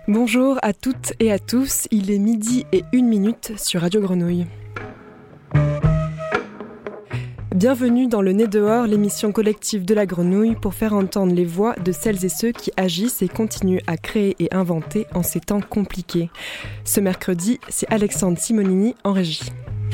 Bonjour à toutes et à tous, il est 12h01 sur Radio Grenouille. Bienvenue dans Le Nez dehors, l'émission collective de la Grenouille pour faire entendre les voix de celles et ceux qui agissent et continuent à créer et inventer en ces temps compliqués. Ce mercredi, c'est Alexandre Simonini en régie.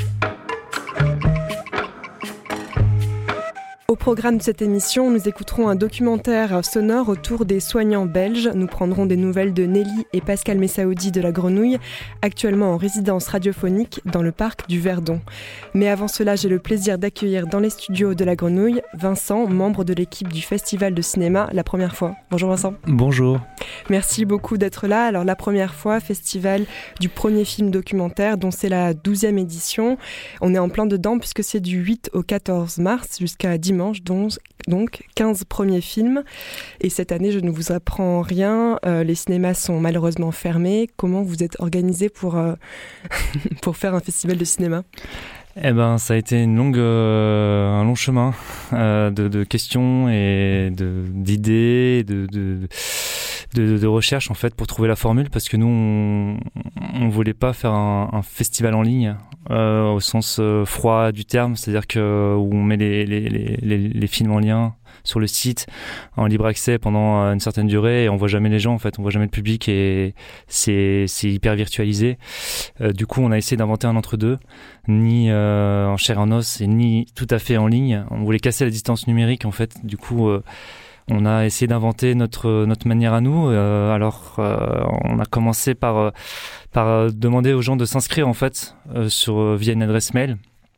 Au programme de cette émission, nous écouterons un documentaire sonore autour des soignants belges. Nous prendrons des nouvelles de Nelly et Pascal Messaoudi de la Grenouille, actuellement en résidence radiophonique dans le parc du Verdon. Mais avant cela, j'ai le plaisir d'accueillir dans les studios de la Grenouille Vincent, membre de l'équipe du Festival de cinéma La Première Fois. Bonjour Vincent. Bonjour. Merci beaucoup d'être là. Alors La Première Fois, festival du premier film documentaire dont c'est la 12e édition. On est en plein dedans puisque c'est du 8 au 14 mars jusqu'à dimanche. Donc 15 premiers films. Et cette année, je ne vous apprends rien. Les cinémas sont malheureusement fermés. Comment vous êtes organisé pour faire un festival de cinéma ? Ça a été un long chemin de questions et d'idées, de recherche en fait pour trouver la formule, parce que nous on voulait pas faire un festival en ligne au sens froid du terme, c'est-à-dire que où on met les films en lien sur le site en libre accès pendant une certaine durée et on voit jamais les gens, en fait on voit jamais le public et c'est hyper virtualisé. Du coup on a essayé d'inventer un entre-deux, ni en chair et en os et ni tout à fait en ligne. On voulait casser la distance numérique en fait. Du coup on a essayé d'inventer notre manière à nous. On a commencé par demander aux gens de s'inscrire en fait via une adresse mail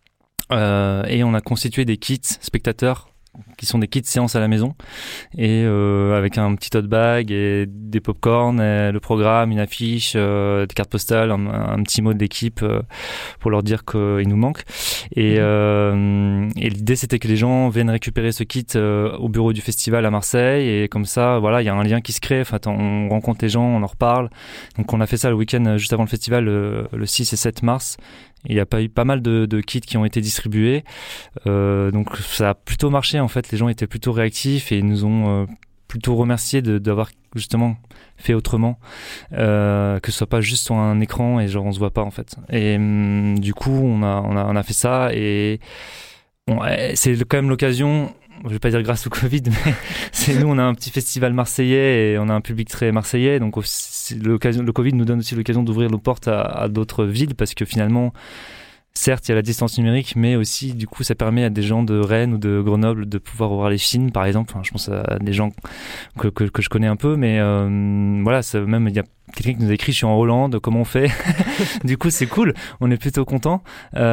et on a constitué des kits spectateurs qui sont des kits séances à la maison et avec un petit tote bag et des pop-corn, le programme, une affiche, des cartes postales, un petit mot de l'équipe pour leur dire qu'il nous manque et l'idée c'était que les gens viennent récupérer ce kit au bureau du festival à Marseille et comme ça voilà il y a un lien qui se crée, enfin, on rencontre les gens, on en reparle. Donc on a fait ça le week-end juste avant le festival le 6 et 7 mars. Il y a pas eu pas mal de kits qui ont été distribués, donc ça a plutôt marché en fait. Les gens étaient plutôt réactifs et ils nous ont plutôt remercié d'avoir justement fait autrement, que ce soit pas juste sur un écran et genre on se voit pas en fait. Et du coup on a fait ça et c'est quand même l'occasion. Je vais pas dire grâce au Covid, mais nous on a un petit festival marseillais et on a un public très marseillais, donc le Covid nous donne aussi l'occasion d'ouvrir nos portes à d'autres villes, parce que finalement certes il y a la distance numérique, mais aussi du coup ça permet à des gens de Rennes ou de Grenoble de pouvoir voir les films par exemple. Enfin, je pense à des gens que je connais un peu, mais voilà, même il y a quelqu'un qui nous a écrit: je suis en Hollande, comment on fait? Du coup c'est cool, on est plutôt content.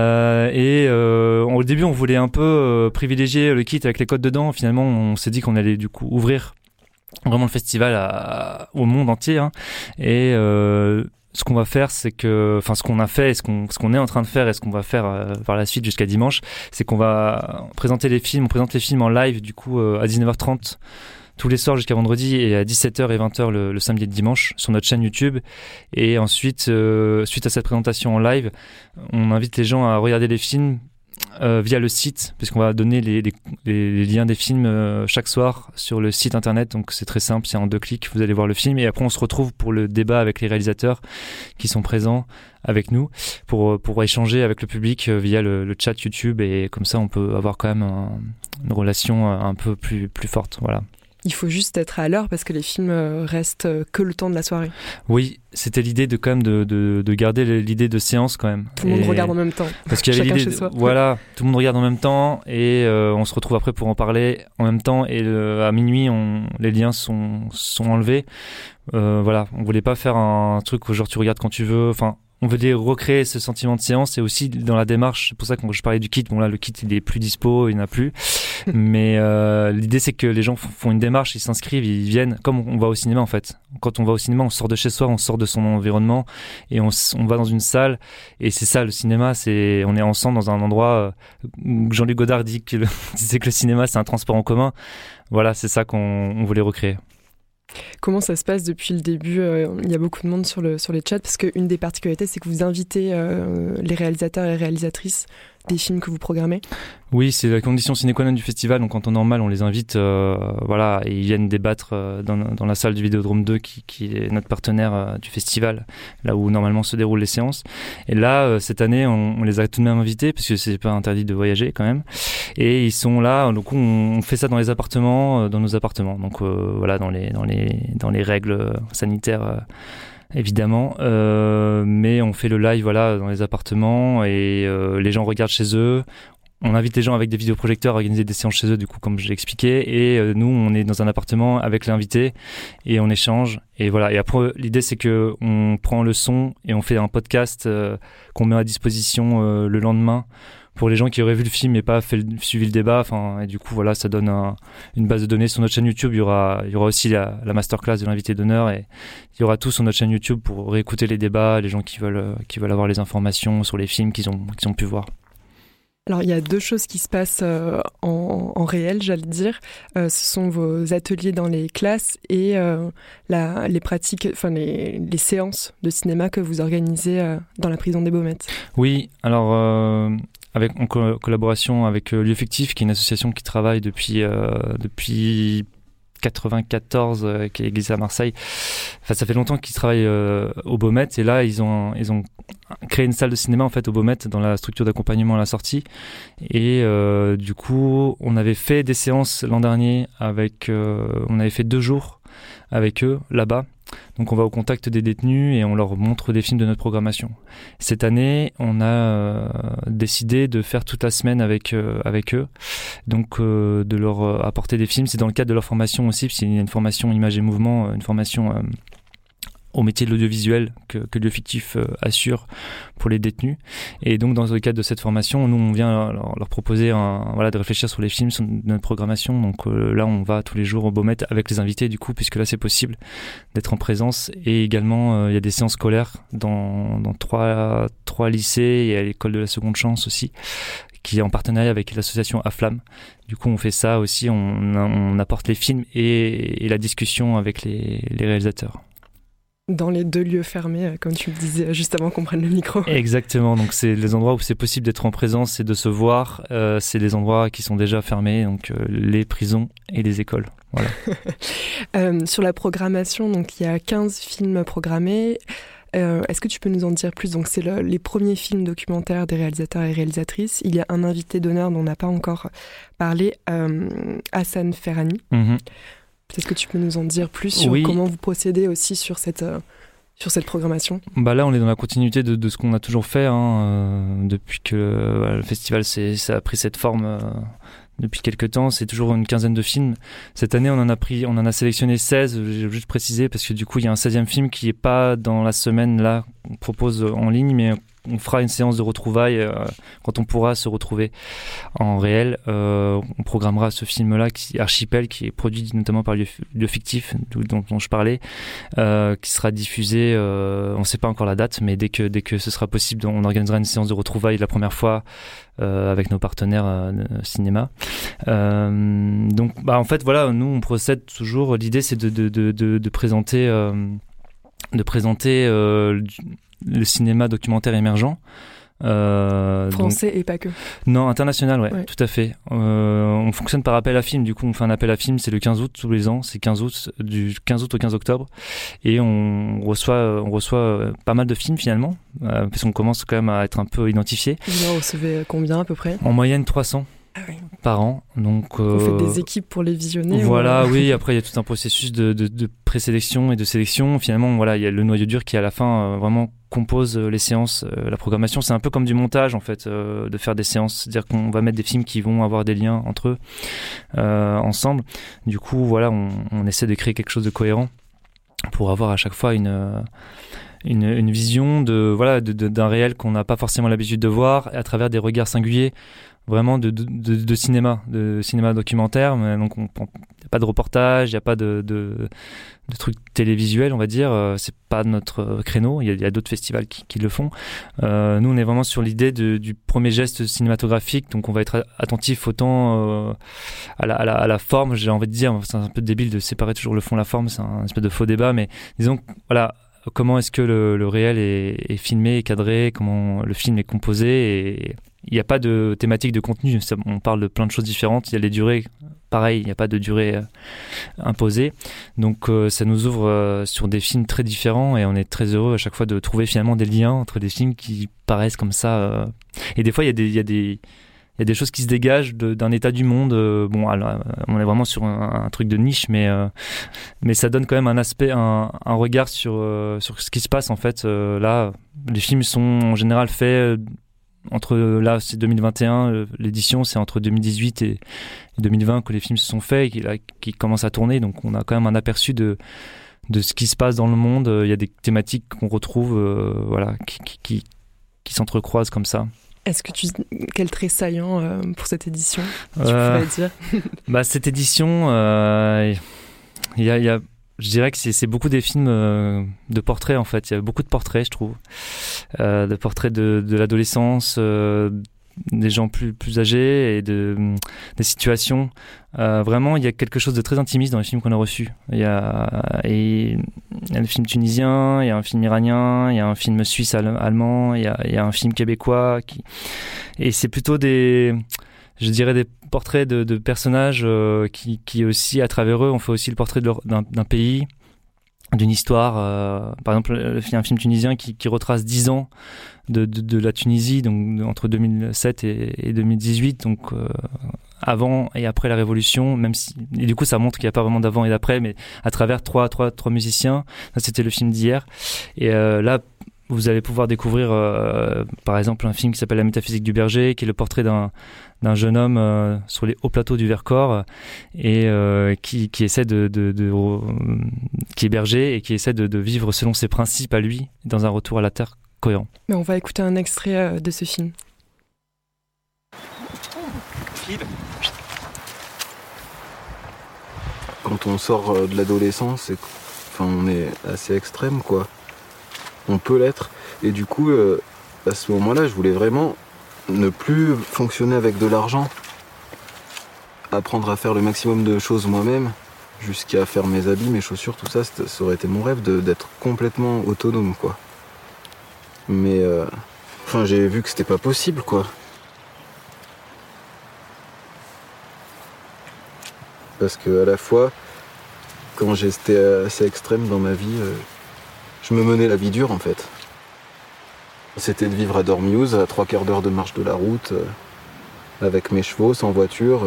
Au début on voulait un peu privilégier le kit avec les codes dedans. Finalement on s'est dit qu'on allait du coup ouvrir vraiment le festival au monde entier, hein. Et ce qu'on va faire, c'est que, enfin, ce qu'on a fait, ce qu'on est en train de faire et ce qu'on va faire par la suite jusqu'à dimanche, c'est qu'on va présenter les films. On présente les films en live, du coup, à 19h30 tous les soirs jusqu'à vendredi et à 17h et 20h le samedi et le dimanche sur notre chaîne YouTube. Et ensuite, suite à cette présentation en live, on invite les gens à regarder les films via le site, puisqu'on va donner les liens des films chaque soir sur le site internet. Donc c'est très simple, c'est en 2 clics, vous allez voir le film et après on se retrouve pour le débat avec les réalisateurs qui sont présents avec nous pour échanger avec le public via le chat YouTube, et comme ça on peut avoir quand même une relation un peu plus forte. Voilà. Il faut juste être à l'heure parce que les films restent que le temps de la soirée. Oui, c'était l'idée de quand même de garder l'idée de séance quand même. Tout le monde regarde en même temps. Parce qu'il y avait chacun l'idée, chez soi. Voilà, tout le monde regarde en même temps et on se retrouve après pour en parler en même temps. Et à minuit, les liens sont enlevés. Voilà, on voulait pas faire un truc où genre tu regardes quand tu veux. Enfin, on voulait recréer ce sentiment de séance et aussi dans la démarche. C'est pour ça que je parlais du kit. Bon là, le kit il est plus dispo, il n'y en a plus. Mais l'idée c'est que les gens font une démarche, ils s'inscrivent, ils viennent comme on va au cinéma en fait. Quand on va au cinéma, on sort de chez soi, on sort de son environnement et on va dans une salle. Et c'est ça le cinéma, on est ensemble dans un endroit où Jean-Luc Godard disait que le cinéma c'est un transport en commun. Voilà, c'est ça qu'on voulait recréer. Comment ça se passe depuis le début ? Il y a beaucoup de monde sur les chats, parce qu'une des particularités, c'est que vous invitez les réalisateurs et les réalisatrices des films que vous programmez? Oui, c'est la condition sine qua non du festival. Donc en temps normal, on les invite, voilà, et ils viennent débattre dans la salle du Vidéodrome 2 qui est notre partenaire du festival, là où normalement se déroulent les séances. Et là, cette année, on les a tout de même invités parce que c'est pas interdit de voyager quand même. Et ils sont là. Donc on fait ça dans les appartements, dans nos appartements. Donc voilà, dans les règles sanitaires. Évidemment, mais on fait le live voilà dans les appartements et les gens regardent chez eux. On invite les gens avec des vidéoprojecteurs à organiser des séances chez eux, du coup, comme je l'ai expliqué. Et nous, on est dans un appartement avec l'invité et on échange. Et voilà. Et après, l'idée, c'est que on prend le son et on fait un podcast qu'on met à disposition le lendemain pour les gens qui auraient vu le film et pas suivi le débat. Enfin, et du coup, voilà, ça donne une base de données sur notre chaîne YouTube. Il y aura aussi la masterclass de l'invité d'honneur et il y aura tout sur notre chaîne YouTube pour réécouter les débats, les gens qui veulent avoir les informations sur les films qu'ils ont pu voir. Alors, il y a deux choses qui se passent en réel, j'allais dire. Ce sont vos ateliers dans les classes et les pratiques, enfin les séances de cinéma que vous organisez dans la prison des Baumettes. Oui, alors en collaboration avec Lieu Fictif, qui est une association qui travaille depuis 94 qui est existe à Marseille. Enfin, ça fait longtemps qu'ils travaillent au Baumettes et là ils ont créé une salle de cinéma en fait au Baumettes dans la structure d'accompagnement à la sortie et du coup on avait fait des séances l'an dernier on avait fait 2 jours avec eux là-bas. Donc on va au contact des détenus et on leur montre des films de notre programmation. Cette année, on a décidé de faire toute la semaine avec eux, donc de leur apporter des films. C'est dans le cadre de leur formation aussi, parce qu'il y a une formation image et mouvement, une formation au métier de l'audiovisuel que Lieu Fictif assure pour les détenus. Et donc, dans le cadre de cette formation, nous, on vient leur proposer de réfléchir sur les films, sur notre programmation. Donc là, on va tous les jours au Baumettes avec les invités, du coup, puisque là, c'est possible d'être en présence. Et également, il y a des séances scolaires dans 3 lycées et à l'école de la seconde chance aussi, qui est en partenariat avec l'association Aflam. Du coup, on fait ça aussi, on apporte les films et la discussion avec les réalisateurs. Dans les 2 lieux fermés, comme tu le disais juste avant qu'on prenne le micro. Exactement, donc c'est les endroits où c'est possible d'être en présence et de se voir. C'est les endroits qui sont déjà fermés, donc les prisons et les écoles. Voilà. Sur la programmation, donc il y a 15 films programmés. Est-ce que tu peux nous en dire plus? Donc c'est les premiers films documentaires des réalisateurs et réalisatrices. Il y a un invité d'honneur dont on n'a pas encore parlé, Hassan Ferrani. Mm-hmm. Peut-être que tu peux nous en dire plus sur comment vous procédez aussi sur cette programmation. Là, on est dans la continuité de ce qu'on a toujours fait depuis que le festival ça a pris cette forme depuis quelques temps. C'est toujours une quinzaine de films. Cette année, on en a sélectionné 16. J'ai juste précisé parce que du coup, il y a un 16e film qui n'est pas dans la semaine là qu'on propose en ligne, mais on fera une séance de retrouvailles quand on pourra se retrouver en réel. On programmera ce film-là, Archipel, qui est produit notamment par Lieu Fictif, dont je parlais, qui sera diffusé. On ne sait pas encore la date, mais dès que ce sera possible, on organisera une séance de retrouvailles la première fois avec nos partenaires cinéma. Donc, en fait, voilà, nous on procède toujours. L'idée, c'est de présenter. Le cinéma documentaire émergent. Français et pas que. Non, international, ouais. Tout à fait. On fonctionne par appel à film. Du coup, on fait un appel à film, c'est le 15 août tous les ans. C'est du 15 août au 15 octobre. Et on reçoit pas mal de films finalement, parce qu'on commence quand même à être un peu identifié. Vous en recevez combien à peu près? En moyenne 300. Par an. Donc, vous faites des équipes pour les visionner? Voilà, oui. Après, il y a tout un processus de présélection et de sélection. Finalement, voilà, il y a le noyau dur qui, à la fin, vraiment compose les séances. La programmation, c'est un peu comme du montage, en fait, de faire des séances. C'est-à-dire qu'on va mettre des films qui vont avoir des liens entre eux, ensemble. Du coup, voilà, on essaie de créer quelque chose de cohérent pour avoir à chaque fois une vision d'un réel qu'on n'a pas forcément l'habitude de voir à travers des regards singuliers, vraiment de cinéma documentaire. Mais donc il n'y a pas de reportage, il n'y a pas de trucs télévisuels, on va dire. C'est pas notre créneau. Il y a d'autres festivals qui le font. Nous, on est vraiment sur l'idée du premier geste cinématographique. Donc on va être attentif autant à la forme. J'ai envie de dire, c'est un peu débile de séparer toujours le fond et la forme. C'est un espèce de faux débat, mais disons voilà. Comment est-ce que le réel est filmé et cadré, comment le film est composé il n'y a pas de thématique de contenu. On parle de plein de choses différentes. Il y a les durées, pareil, il n'y a pas de durée imposée. Donc ça nous ouvre sur des films très différents et on est très heureux à chaque fois de trouver finalement des liens entre des films qui paraissent comme ça. Et des fois, il y a des choses qui se dégagent d'un état du monde. Bon, alors, on est vraiment sur un truc de niche, mais ça donne quand même un aspect, un regard sur ce qui se passe en fait. Là, les films sont en général faits là, c'est 2021, l'édition, c'est entre 2018 et 2020 que les films se sont faits et qui commencent à tourner. Donc, on a quand même un aperçu de ce qui se passe dans le monde. Il y a des thématiques qu'on retrouve, qui s'entrecroisent comme ça. Est-ce que quel trait saillant pour cette édition, tu pourrais dire? Cette édition, il y a, je dirais que c'est beaucoup des films de portraits en fait. Il y a beaucoup de portraits, je trouve, de portraits de l'adolescence, des gens plus âgés et des situations. Vraiment, il y a quelque chose de très intimiste dans les films qu'on a reçus. Il y a le film tunisien, il y a un film iranien, il y a un film suisse allemand, il y a un film québécois. Et c'est plutôt des portraits de personnages qui aussi, à travers eux, on fait aussi le portrait d'un pays, d'une histoire. Par exemple, il y a un film tunisien qui retrace 10 ans de la Tunisie, donc entre 2007 et 2018, donc avant et après la Révolution, et du coup ça montre qu'il n'y a pas vraiment d'avant et d'après, mais à travers trois musiciens. Ça, c'était le film d'hier. Et là, vous allez pouvoir découvrir par exemple un film qui s'appelle La métaphysique du berger, qui est le portrait d'un jeune homme sur les hauts plateaux du Vercors et qui essaie qui est berger et qui essaie de vivre selon ses principes à lui dans un retour à la terre cohérent. Mais on va écouter un extrait de ce film. Quand on sort de l'adolescence, on est assez extrême, quoi. On peut l'être. Et du coup, à ce moment-là, je voulais vraiment ne plus fonctionner avec de l'argent. Apprendre à faire le maximum de choses moi-même, jusqu'à faire mes habits, mes chaussures, tout ça, ça aurait été mon rêve d'être complètement autonome, quoi. Mais j'ai vu que c'était pas possible, quoi. Parce que à la fois, quand j'étais assez extrême dans ma vie, je me menais la vie dure en fait. C'était de vivre à Dormiouz, à 3/4 d'heure de marche de la route, avec mes chevaux, sans voiture.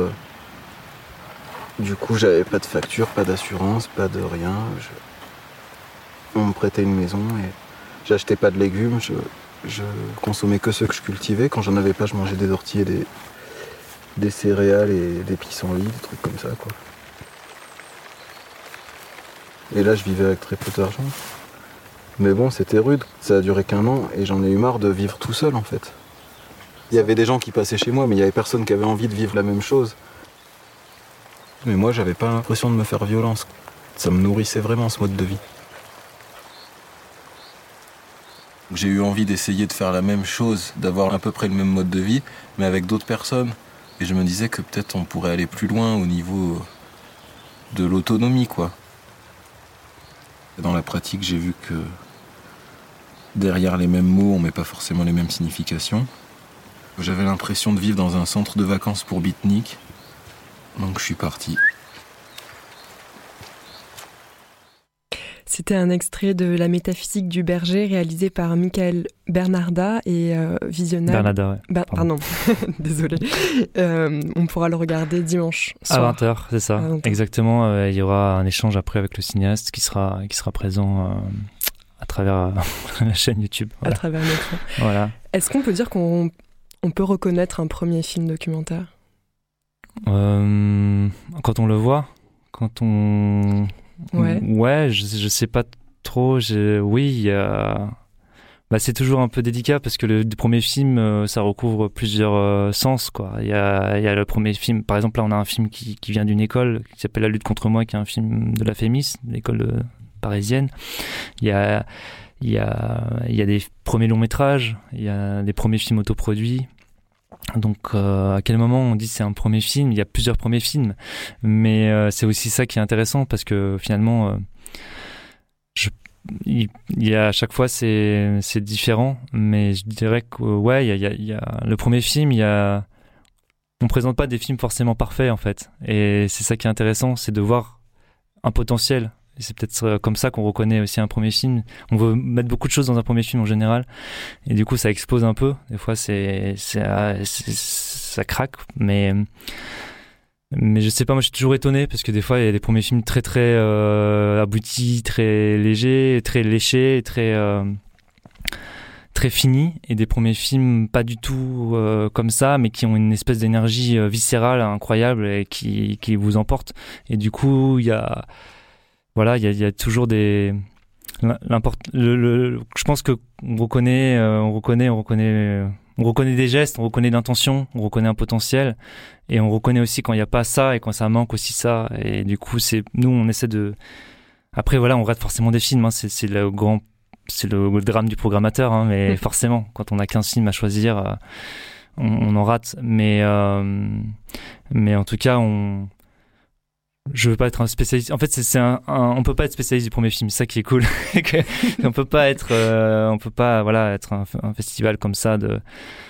Du coup, j'avais pas de facture, pas d'assurance, pas de rien. On me prêtait une maison et j'achetais pas de légumes. Je consommais que ceux que je cultivais. Quand j'en avais pas, je mangeais des orties et des céréales et des pissenlits, des trucs comme ça, quoi. Et là, je vivais avec très peu d'argent. Mais bon, c'était rude. Ça a duré qu'1 an et j'en ai eu marre de vivre tout seul, en fait. Il y avait des gens qui passaient chez moi, mais il y avait personne qui avait envie de vivre la même chose. Mais moi, j'avais pas l'impression de me faire violence. Ça me nourrissait vraiment, ce mode de vie. J'ai eu envie d'essayer de faire la même chose, d'avoir à peu près le même mode de vie, mais avec d'autres personnes. Et je me disais que peut-être on pourrait aller plus loin au niveau de l'autonomie, quoi. Dans la pratique, j'ai vu que derrière les mêmes mots, on met pas forcément les mêmes significations. J'avais l'impression de vivre dans un centre de vacances pour beatnik, donc je suis parti. C'était un extrait de La métaphysique du berger réalisé par Michael Bernarda et visionnable. Bernarda, ouais. Pardon, désolé. On pourra le regarder dimanche soir. À 20h, c'est ça. 20h. Exactement. Il y aura un échange après avec le cinéaste qui sera présent à travers la chaîne YouTube. Voilà. À travers l'écran. Voilà. Est-ce qu'on peut dire qu'on peut reconnaître un premier film documentaire ? Quand on le voit, quand on... Ouais, je sais pas trop. Oui, il y a... c'est toujours un peu délicat parce que le premier film, ça recouvre plusieurs sens, quoi. Il y a le premier film, par exemple, là, on a un film qui vient d'une école qui s'appelle La lutte contre moi, qui est un film de la FEMIS, l'école parisienne. Il y a des premiers longs métrages, il y a des premiers films autoproduits. Donc à quel moment on dit c'est un premier film ? Il y a plusieurs premiers films, mais c'est aussi ça qui est intéressant parce que finalement il y a à chaque fois c'est différent, mais je dirais que ouais, il y a le premier film, on présente pas des films forcément parfaits en fait, et c'est ça qui est intéressant, c'est de voir un potentiel. Et c'est peut-être comme ça qu'on reconnaît aussi un premier film. On veut mettre beaucoup de choses dans un premier film en général, et du coup ça explose un peu. Des fois ça craque, mais je sais pas, moi je suis toujours étonné parce que des fois il y a des premiers films très très aboutis, très légers, très léchés, très finis, et des premiers films pas du tout comme ça, mais qui ont une espèce d'énergie viscérale incroyable et qui vous emporte. Et du coup il y a toujours des je pense que on reconnaît des gestes, on reconnaît l'intention, on reconnaît un potentiel, et on reconnaît aussi quand il n'y a pas ça et quand ça manque aussi ça. Et du coup, nous, on essaie de. Après, voilà, on rate forcément des films. Hein, c'est le drame du programmateur. Hein, mais forcément, quand on a 15 films à choisir, on en rate. Mais en tout cas, je veux pas être un spécialiste. En fait, on peut pas être spécialiste du premier film. C'est ça qui est cool. On peut pas être un festival comme ça de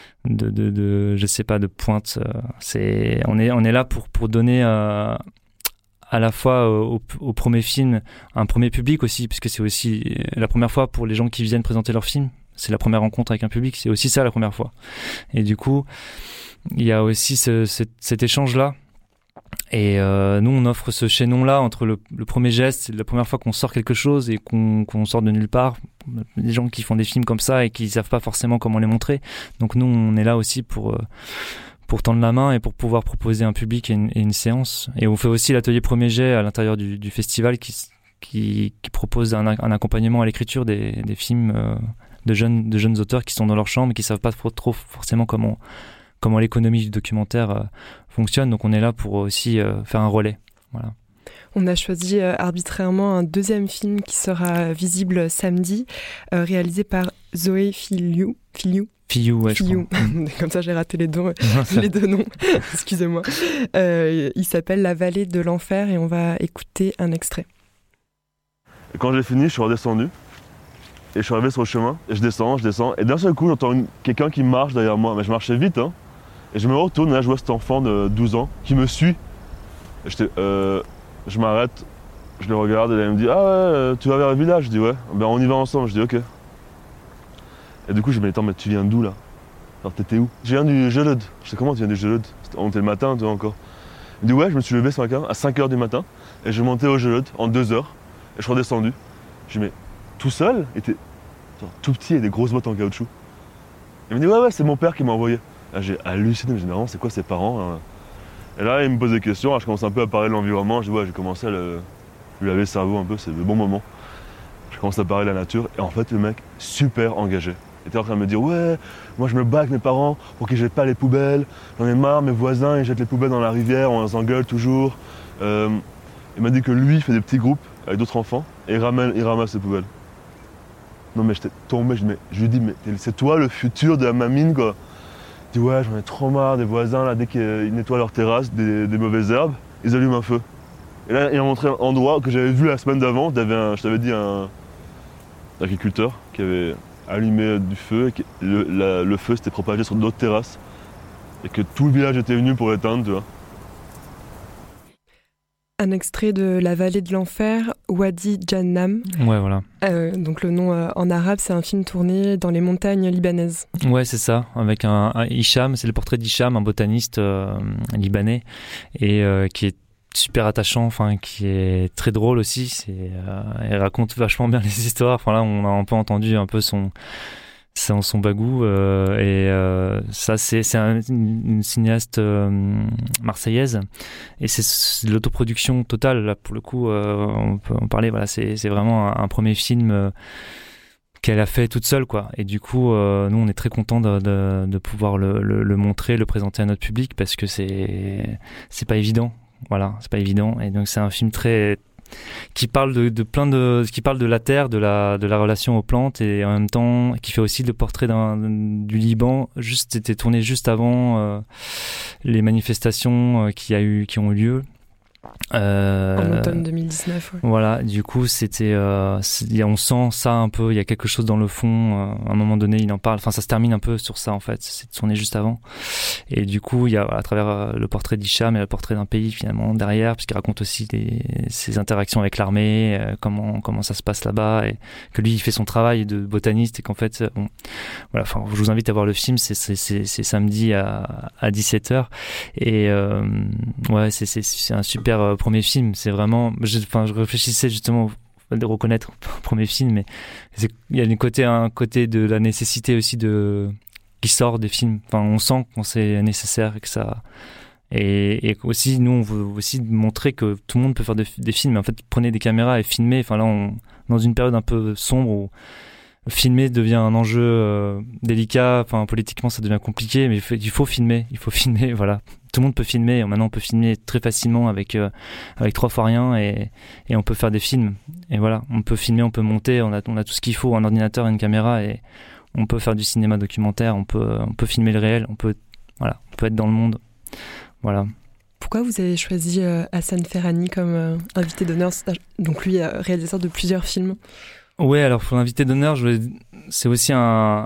je sais pas, de pointe. On est là pour donner à la fois au premier film un premier public aussi, puisque c'est aussi la première fois pour les gens qui viennent présenter leur film. C'est la première rencontre avec un public. C'est aussi ça la première fois. Et du coup, il y a aussi cet échange-là. Et nous, on offre ce chaînon-là entre le premier geste, c'est la première fois qu'on sort quelque chose et qu'on sort de nulle part. Des gens qui font des films comme ça et qui savent pas forcément comment les montrer. Donc nous, on est là aussi pour tendre la main et pour pouvoir proposer un public et une séance. Et on fait aussi l'atelier premier jet à l'intérieur du festival qui propose un accompagnement à l'écriture des films de jeunes auteurs qui sont dans leur chambre et qui savent pas trop forcément comment l'économie du documentaire fonctionne. Donc on est là pour aussi faire un relais. Voilà. On a choisi arbitrairement un deuxième film qui sera visible samedi, réalisé par Zoé Filiou, ouais, je crois. Comme ça, j'ai raté les deux noms. Excusez-moi. Il s'appelle La Vallée de l'Enfer et on va écouter un extrait. Et quand j'ai fini, je suis redescendu. Et je suis arrivé sur le chemin. Et je descends. Et d'un seul coup, j'entends quelqu'un qui marche derrière moi. Mais je marchais vite, hein. Et je me retourne, et là je vois cet enfant de 12 ans qui me suit. Et je m'arrête, je le regarde, et là il me dit « Ah ouais, tu vas vers le village ?» Je dis « Ouais, ben on y va ensemble. » Je dis « Ok. » Et du coup je me dis « Attends, mais tu viens d'où là ?»« Alors t'étais où ?»« Je viens du Gelud. » Je dis « Comment tu viens du Gelud ?» On était le matin, tu vois encore. Il me dit « Ouais, je me suis levé ce matin à 5h du matin, et je montais au Gelud en 2 heures, et je suis redescendu. » Je dis « Mais tout seul ?» Il était tout petit et des grosses bottes en caoutchouc. Il me dit « Ouais, c'est mon père qui m'a envoyé. » Là, j'ai halluciné, mais généralement, c'est quoi ses parents hein. Et là, il me pose des questions, je commence un peu à parler de l'environnement, je dis, ouais, j'ai commencé à lui laver le cerveau un peu, c'est le bon moment. Je commence à parler de la nature, et en fait, le mec, super engagé. Il était en train de me dire, ouais, moi je me bats avec mes parents pour qu'ils jettent pas les poubelles, j'en ai marre, mes voisins, ils jettent les poubelles dans la rivière, on s'engueule toujours. Il m'a dit que lui, il fait des petits groupes avec d'autres enfants, et il ramasse les poubelles. Non mais j'étais tombé, je lui dis, mais c'est toi le futur de ma mine, quoi. Je dis ouais, j'en ai trop marre des voisins là, dès qu'ils nettoient leur terrasse, des mauvaises herbes, ils allument un feu. Et là, il m'a montré un endroit que j'avais vu la semaine d'avant, je t'avais dit un agriculteur qui avait allumé du feu et que le feu s'était propagé sur d'autres terrasses et que tout le village était venu pour l'éteindre, tu vois. Un extrait de La Vallée de l'Enfer, Wadi Jahannam. Ouais, voilà. Donc le nom en arabe, c'est un film tourné dans les montagnes libanaises. Ouais, c'est ça, avec un Hicham, c'est le portrait d'Hicham, un botaniste libanais, et qui est super attachant, enfin qui est très drôle aussi. Il raconte vachement bien les histoires. Enfin là, on a un peu entendu un peu son bagou, ça c'est une cinéaste marseillaise, et c'est de l'autoproduction totale là pour le coup. On peut en parler. Voilà, c'est vraiment un premier film qu'elle a fait toute seule, quoi. Et du coup, nous on est très contents de pouvoir le montrer, le présenter à notre public, parce que c'est pas évident. Voilà, c'est pas évident. Et donc c'est un film qui parle qui parle de la terre, de la relation aux plantes, et en même temps qui fait aussi le portrait du Liban. C'était tourné juste avant les manifestations qui ont eu lieu. En automne 2019. Ouais. Voilà, du coup, on sent ça un peu. Il y a quelque chose dans le fond. À un moment donné, il en parle. Enfin, ça se termine un peu sur ça en fait. C'est tourné juste avant. Et du coup, il y a à travers le portrait d'Hicham et le portrait d'un pays finalement derrière, puisqu'il raconte aussi ses interactions avec l'armée, comment ça se passe là-bas, et que lui, il fait son travail de botaniste et qu'en fait, voilà. Enfin, je vous invite à voir le film. C'est samedi à 17h. Et ouais, c'est un super premier film. C'est vraiment, je réfléchissais justement à le reconnaître premier film, mais il y a un côté de la nécessité aussi qui sort des films. Enfin, on sent quand c'est nécessaire et que ça. Et aussi, nous, on veut aussi montrer que tout le monde peut faire des films. En fait, prenez des caméras et filmez. Enfin, là, dans une période un peu sombre où filmer devient un enjeu délicat. Enfin, politiquement, ça devient compliqué, mais il faut filmer. Voilà. Tout le monde peut filmer. Maintenant, on peut filmer très facilement avec 3 fois rien et on peut faire des films. Et voilà, on peut filmer, on peut monter. On a tout ce qu'il faut, un ordinateur, une caméra, et on peut faire du cinéma documentaire. On peut filmer le réel. On peut être dans le monde. Voilà. Pourquoi vous avez choisi Hassan Ferrani comme invité d'honneur? Donc lui, réalisateur de plusieurs films. Ouais, alors pour l'invité d'honneur, c'est aussi un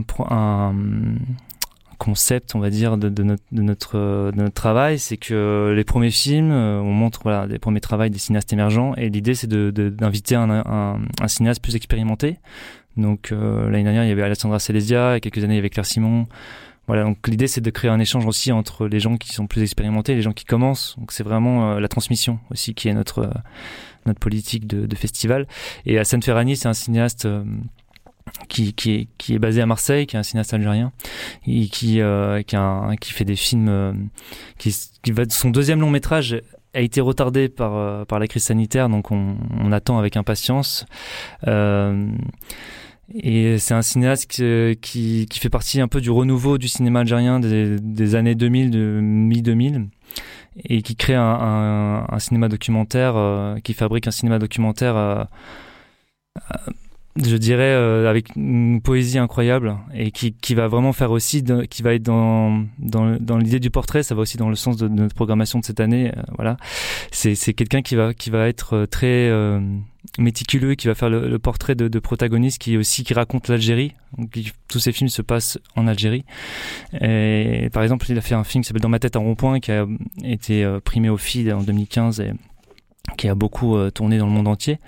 concept, on va dire, de notre travail. C'est que les premiers films, on montre les premiers travaux des cinéastes émergents, et l'idée c'est d'inviter un cinéaste plus expérimenté. Donc l'année dernière, il y avait Alessandra Silesia, il y a quelques années, il y avait Claire Simon. Voilà, donc l'idée c'est de créer un échange aussi entre les gens qui sont plus expérimentés et les gens qui commencent. Donc c'est vraiment la transmission aussi qui est notre politique de festival. Et Hassan Ferrani, c'est un cinéaste qui est basé à Marseille, qui est un cinéaste algérien, et qui fait des films son deuxième long métrage a été retardé par la crise sanitaire, donc on attend avec impatience. Et c'est un cinéaste qui fait partie un peu du renouveau du cinéma algérien des années 2000, de mi-2000, et qui crée un cinéma documentaire, qui fabrique un cinéma documentaire, je dirais, avec une poésie incroyable, et qui va vraiment faire aussi, qui va être dans l'idée du portrait. Ça va aussi dans le sens de notre programmation de cette année. Voilà, c'est quelqu'un qui va être très méticuleux, qui va faire le portrait de protagonistes qui raconte l'Algérie. Donc, tous ces films se passent en Algérie. Et par exemple, il a fait un film qui s'appelle Dans ma tête un rond-point, qui a été primé au FID en 2015 et qui a beaucoup tourné dans le monde entier.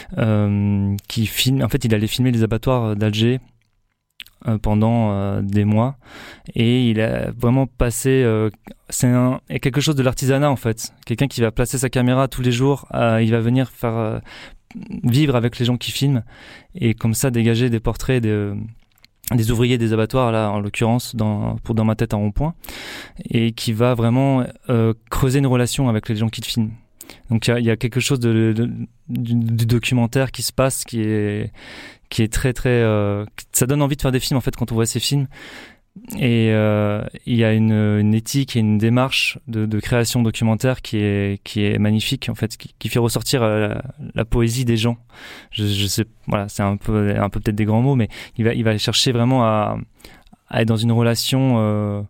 En fait, il allait filmer les abattoirs d'Alger pendant des mois, et il a vraiment passé c'est quelque chose de l'artisanat en fait. Quelqu'un qui va placer sa caméra tous les jours, il va venir faire vivre avec les gens qui filment, et comme ça dégager des portraits des ouvriers des abattoirs, là en l'occurrence dans ma tête un rond-point, et qui va vraiment creuser une relation avec les gens qui filment. Donc il y a quelque chose du documentaire qui se passe, qui est très très ça donne envie de faire des films en fait quand on voit ces films. Et il y a une éthique et une démarche de création documentaire qui est magnifique en fait, qui fait ressortir la poésie des gens. Je sais, voilà, c'est un peu peut-être des grands mots, mais il va chercher vraiment à être dans une relation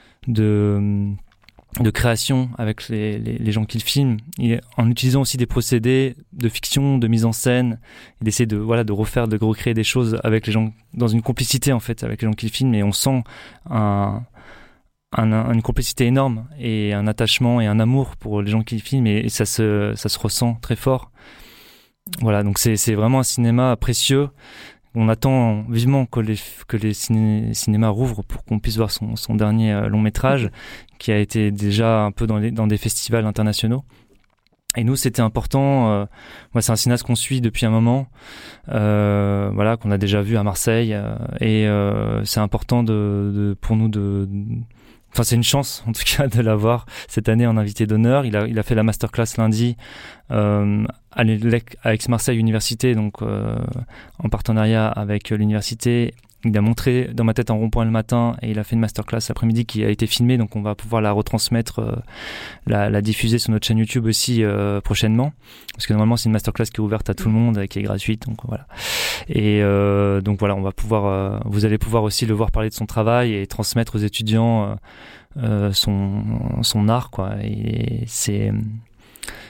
de création avec les gens qu'il filme, en utilisant aussi des procédés de fiction, de mise en scène, et d'essayer de recréer des choses avec les gens, dans une complicité en fait avec les gens qu'il filme, et on sent une complicité énorme et un attachement et un amour pour les gens qu'il filme, et ça se ressent très fort. Voilà, donc c'est vraiment un cinéma précieux. On attend vivement que les cinémas rouvrent pour qu'on puisse voir son dernier long métrage, qui a été déjà un peu dans des festivals internationaux. Et nous, c'était important. Moi, c'est un cinéaste qu'on suit depuis un moment, voilà, qu'on a déjà vu à Marseille, et c'est important pour nous Enfin, c'est une chance, en tout cas, de l'avoir cette année en invité d'honneur. Il a fait la masterclass lundi à Aix-Marseille Université, donc en partenariat avec l'université. Il a montré Dans ma tête en rond-point le matin, et il a fait une masterclass l'après-midi qui a été filmée, donc on va pouvoir la retransmettre, la diffuser sur notre chaîne YouTube aussi prochainement, parce que normalement c'est une masterclass qui est ouverte à tout le monde et qui est gratuite, donc voilà. Et donc voilà, on va pouvoir, vous allez pouvoir aussi le voir parler de son travail et transmettre aux étudiants son art, quoi. Et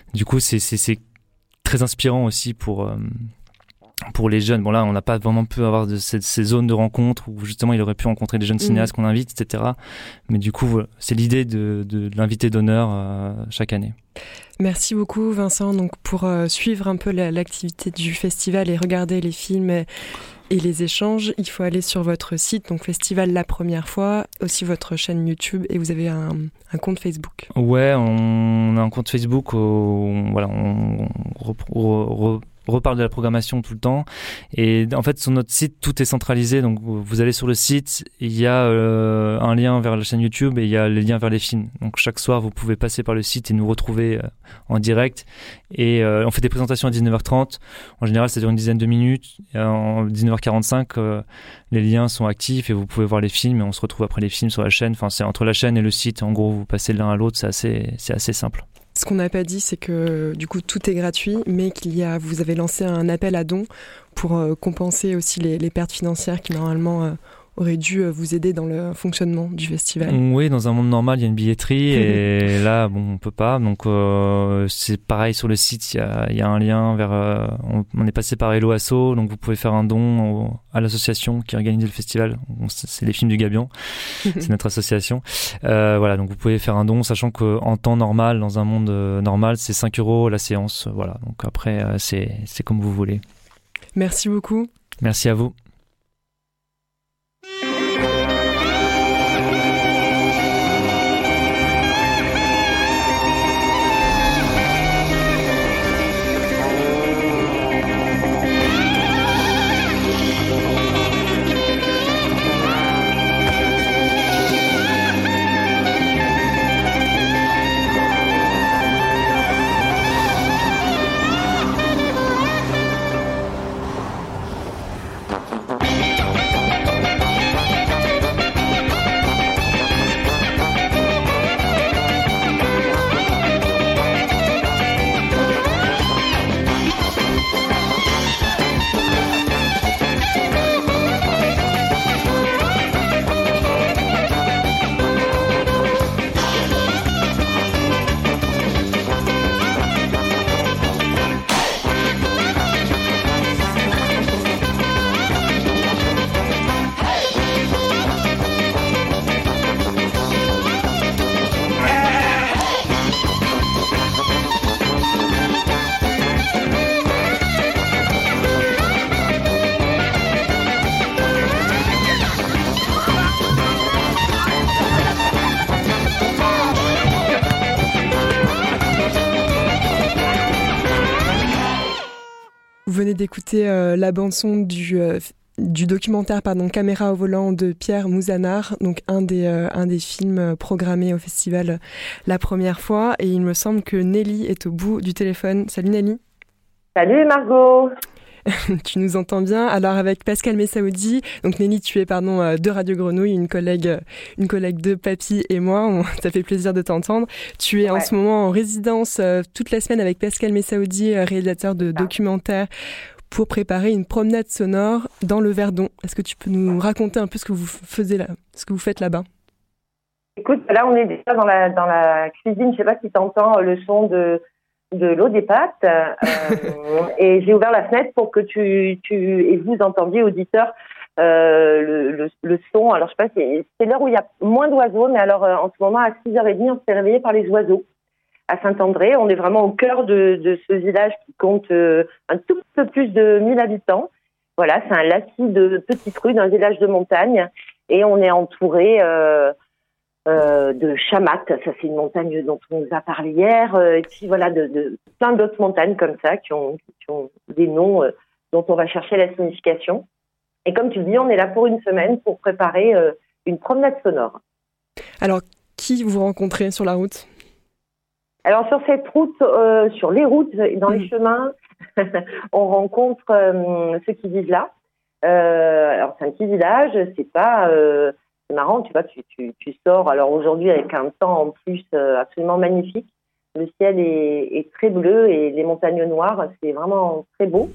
Du coup, c'est très inspirant aussi pour les jeunes. Bon là, on n'a pas vraiment pu avoir ces zones de rencontre où justement il aurait pu rencontrer des jeunes cinéastes qu'on invite, etc. Mais du coup, voilà, c'est l'idée de l'invité d'honneur chaque année. Merci beaucoup Vincent. Donc pour suivre un peu l'activité du festival et regarder les films et les échanges, il faut aller sur votre site, donc Festival La Première Fois, aussi votre chaîne YouTube, et vous avez un compte Facebook. Ouais, on a un compte Facebook où on reparle de la programmation tout le temps, et en fait sur notre site tout est centralisé, donc vous allez sur le site, il y a un lien vers la chaîne YouTube et il y a les liens vers les films, donc chaque soir vous pouvez passer par le site et nous retrouver en direct, et on fait des présentations à 19h30, en général ça dure une dizaine de minutes, et en 19h45 les liens sont actifs et vous pouvez voir les films, et on se retrouve après les films sur la chaîne, enfin c'est entre la chaîne et le site, en gros vous passez de l'un à l'autre, c'est assez simple. Ce qu'on n'a pas dit, c'est que du coup tout est gratuit, mais vous avez lancé un appel à dons pour compenser aussi les pertes financières qui normalement auraient dû vous aider dans le fonctionnement du festival. Oui, dans un monde normal, il y a une billetterie et là, bon, on peut pas. Donc c'est pareil sur le site, il y a un lien vers. On est passé par Hello Asso, donc vous pouvez faire un don à l'association qui organise le festival. C'est les films du Gabion, c'est notre association. Voilà, donc vous pouvez faire un don, sachant qu'en temps normal, dans un monde normal, c'est 5 € la séance. Voilà, donc après, c'est comme vous voulez. Merci beaucoup. Merci à vous. Vous venez d'écouter la bande-son du documentaire Caméra au volant de Pierre Mouzanard, donc un des films programmés au festival La Première Fois. Et il me semble que Nelly est au bout du téléphone. Salut Nelly. Salut Margot. Tu nous entends bien. Alors avec Pascal Messaoudi, donc Nelly, tu es de Radio Grenouille, une collègue de Papy et moi. Ça fait plaisir de t'entendre. Tu es en ce moment en résidence toute la semaine avec Pascal Messaoudi, réalisateur de documentaires, pour préparer une promenade sonore dans le Verdon. Est-ce que tu peux nous raconter un peu ce que vous faites là-bas? Écoute, là on est déjà dans la cuisine. Je sais pas si tu entends le son de l'eau des pâtes et j'ai ouvert la fenêtre pour que tu et vous entendiez, auditeurs, le son. Alors je sais pas, c'est l'heure où il y a moins d'oiseaux, mais alors en ce moment à 6h30 on s'est réveillé par les oiseaux à Saint-André. On est vraiment au cœur de ce village qui compte un tout peu plus de 1000 habitants. Voilà, c'est un lacis de petites rues d'un village de montagne et on est entouré de Chamat, ça c'est une montagne dont on nous a parlé hier, et puis voilà, de plein d'autres montagnes comme ça qui ont des noms dont on va chercher la signification. Et comme tu le dis, on est là pour une semaine pour préparer une promenade sonore. Alors, qui vous rencontrez sur la route? Alors sur cette route, sur les routes et dans les chemins, on rencontre ceux qui vivent là. Alors c'est un petit village, c'est pas... C'est marrant, tu vois, tu sors. Alors aujourd'hui, avec un temps en plus absolument magnifique, le ciel est très bleu et les montagnes noires, c'est vraiment très beau.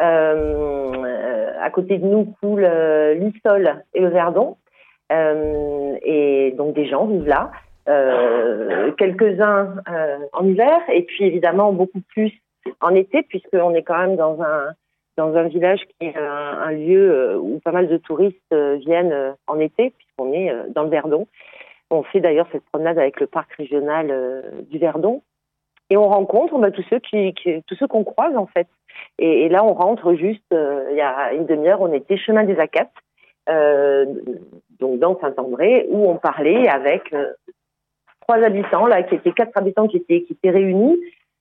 À côté de nous coule l'Issol et le Verdon, et donc des gens vivent là. quelques-uns en hiver, et puis évidemment beaucoup plus en été, puisqu'on est quand même dans un village qui est un lieu où pas mal de touristes viennent en été, puisqu'on est dans le Verdon. On fait d'ailleurs cette promenade avec le parc régional du Verdon. Et on rencontre tous ceux qu'on croise, en fait. Et là, on rentre juste, il y a une demi-heure, on était chemin des Acates, donc dans Saint-André, où on parlait avec 4 habitants qui étaient réunis.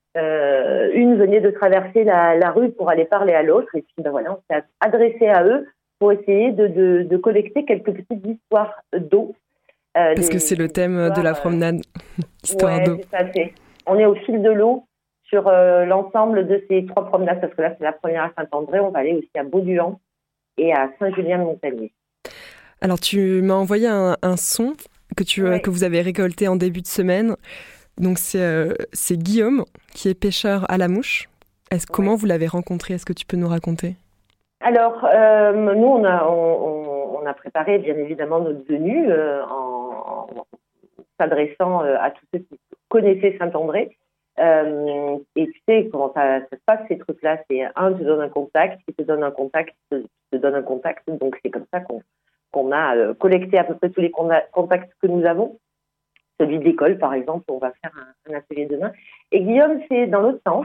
Une venait de traverser la rue pour aller parler à l'autre, et puis voilà, on s'est adressé à eux pour essayer de collecter quelques petites histoires d'eau. Parce que c'est le thème de la promenade, histoire d'eau. C'est ça, on est au fil de l'eau sur l'ensemble de ces 3 promenades, parce que là, c'est la première à Saint-André, on va aller aussi à Bauduan et à Saint-Julien-de-Montagnier. Alors, tu m'as envoyé un son que vous avez récolté en début de semaine. Donc, c'est Guillaume, qui est pêcheur à la mouche. Comment vous l'avez rencontré? Est-ce que tu peux nous raconter? Alors, nous, on a préparé, bien évidemment, notre venue en s'adressant à tous ceux qui connaissaient Saint-André. Et tu sais comment ça se passe, ces trucs-là. C'est un te donne un contact, qui te donne un contact, qui te donne un contact. Donc, c'est comme ça qu'on a collecté à peu près tous les contacts que nous avons. Celui de l'école, par exemple, on va faire un atelier demain. Et Guillaume, c'est dans l'autre sens.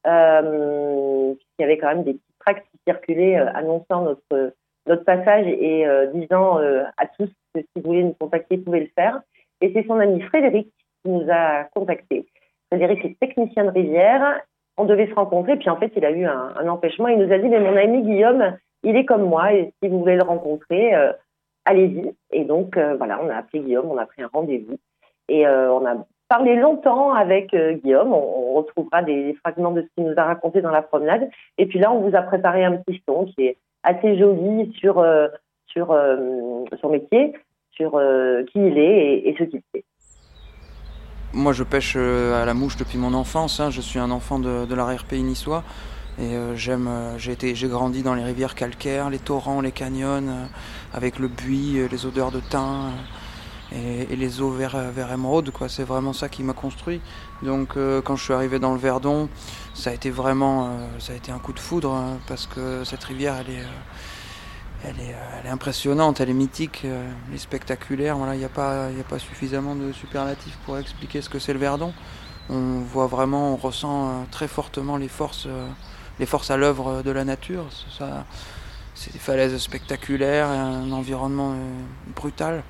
Il y avait quand même des petits tracts qui circulaient annonçant notre passage et disant à tous que si vous voulez nous contacter, vous pouvez le faire. Et c'est son ami Frédéric qui nous a contactés. Frédéric est technicien de rivière. On devait se rencontrer, puis en fait, il a eu un empêchement. Il nous a dit, mais mon ami Guillaume, il est comme moi, et si vous voulez le rencontrer, allez-y. Et donc, voilà, on a appelé Guillaume, on a pris un rendez-vous. Et on a parlé longtemps avec Guillaume. On retrouvera des fragments de ce qu'il nous a raconté dans la promenade. Et puis là, on vous a préparé un petit son qui est assez joli sur son métier, sur qui il est et ce qu'il fait. Moi, je pêche à la mouche depuis mon enfance. Je suis un enfant de l'arrière-pays niçois. Et j'ai grandi dans les rivières calcaires, les torrents, les canyons, avec le buis, les odeurs de thym et les eaux vert émeraude, quoi. C'est vraiment ça qui m'a construit. Donc quand je suis arrivé dans le Verdon, ça a été un coup de foudre, parce que cette rivière, elle est impressionnante, elle est mythique, elle est spectaculaire. Voilà, il n'y a pas suffisamment de superlatifs pour expliquer ce que c'est le Verdon. On ressent très fortement les forces à l'œuvre de la nature. C'est des falaises spectaculaires, un environnement brutal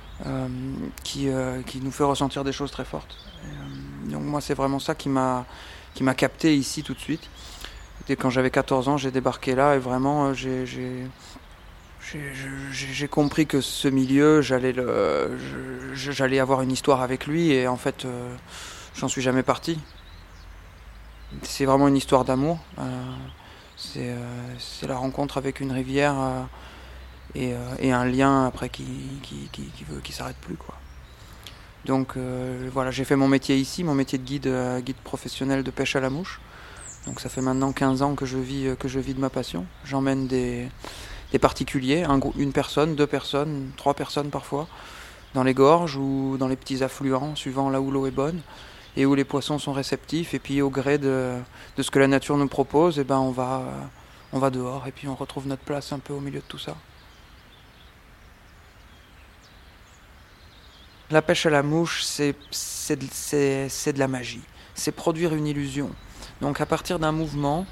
qui nous fait ressentir des choses très fortes. Donc moi, c'est vraiment ça qui m'a capté ici tout de suite. Dès quand j'avais 14 ans, j'ai débarqué là et vraiment j'ai compris que ce milieu, j'allais avoir une histoire avec lui, et en fait, j'en suis jamais parti. C'est vraiment une histoire d'amour. C'est la rencontre avec une rivière et un lien après qui s'arrête plus, quoi. Donc voilà, j'ai fait mon métier ici, mon métier de guide professionnel de pêche à la mouche. Donc ça fait maintenant 15 ans que je vis de ma passion. J'emmène des particuliers, une personne, 2 personnes, 3 personnes parfois, dans les gorges ou dans les petits affluents, suivant là où l'eau est bonne et où les poissons sont réceptifs. Et puis au gré de ce que la nature nous propose, et on va dehors et puis on retrouve notre place un peu au milieu de tout ça. La pêche à la mouche, c'est de la magie. C'est produire une illusion. Donc à partir d'un mouvement,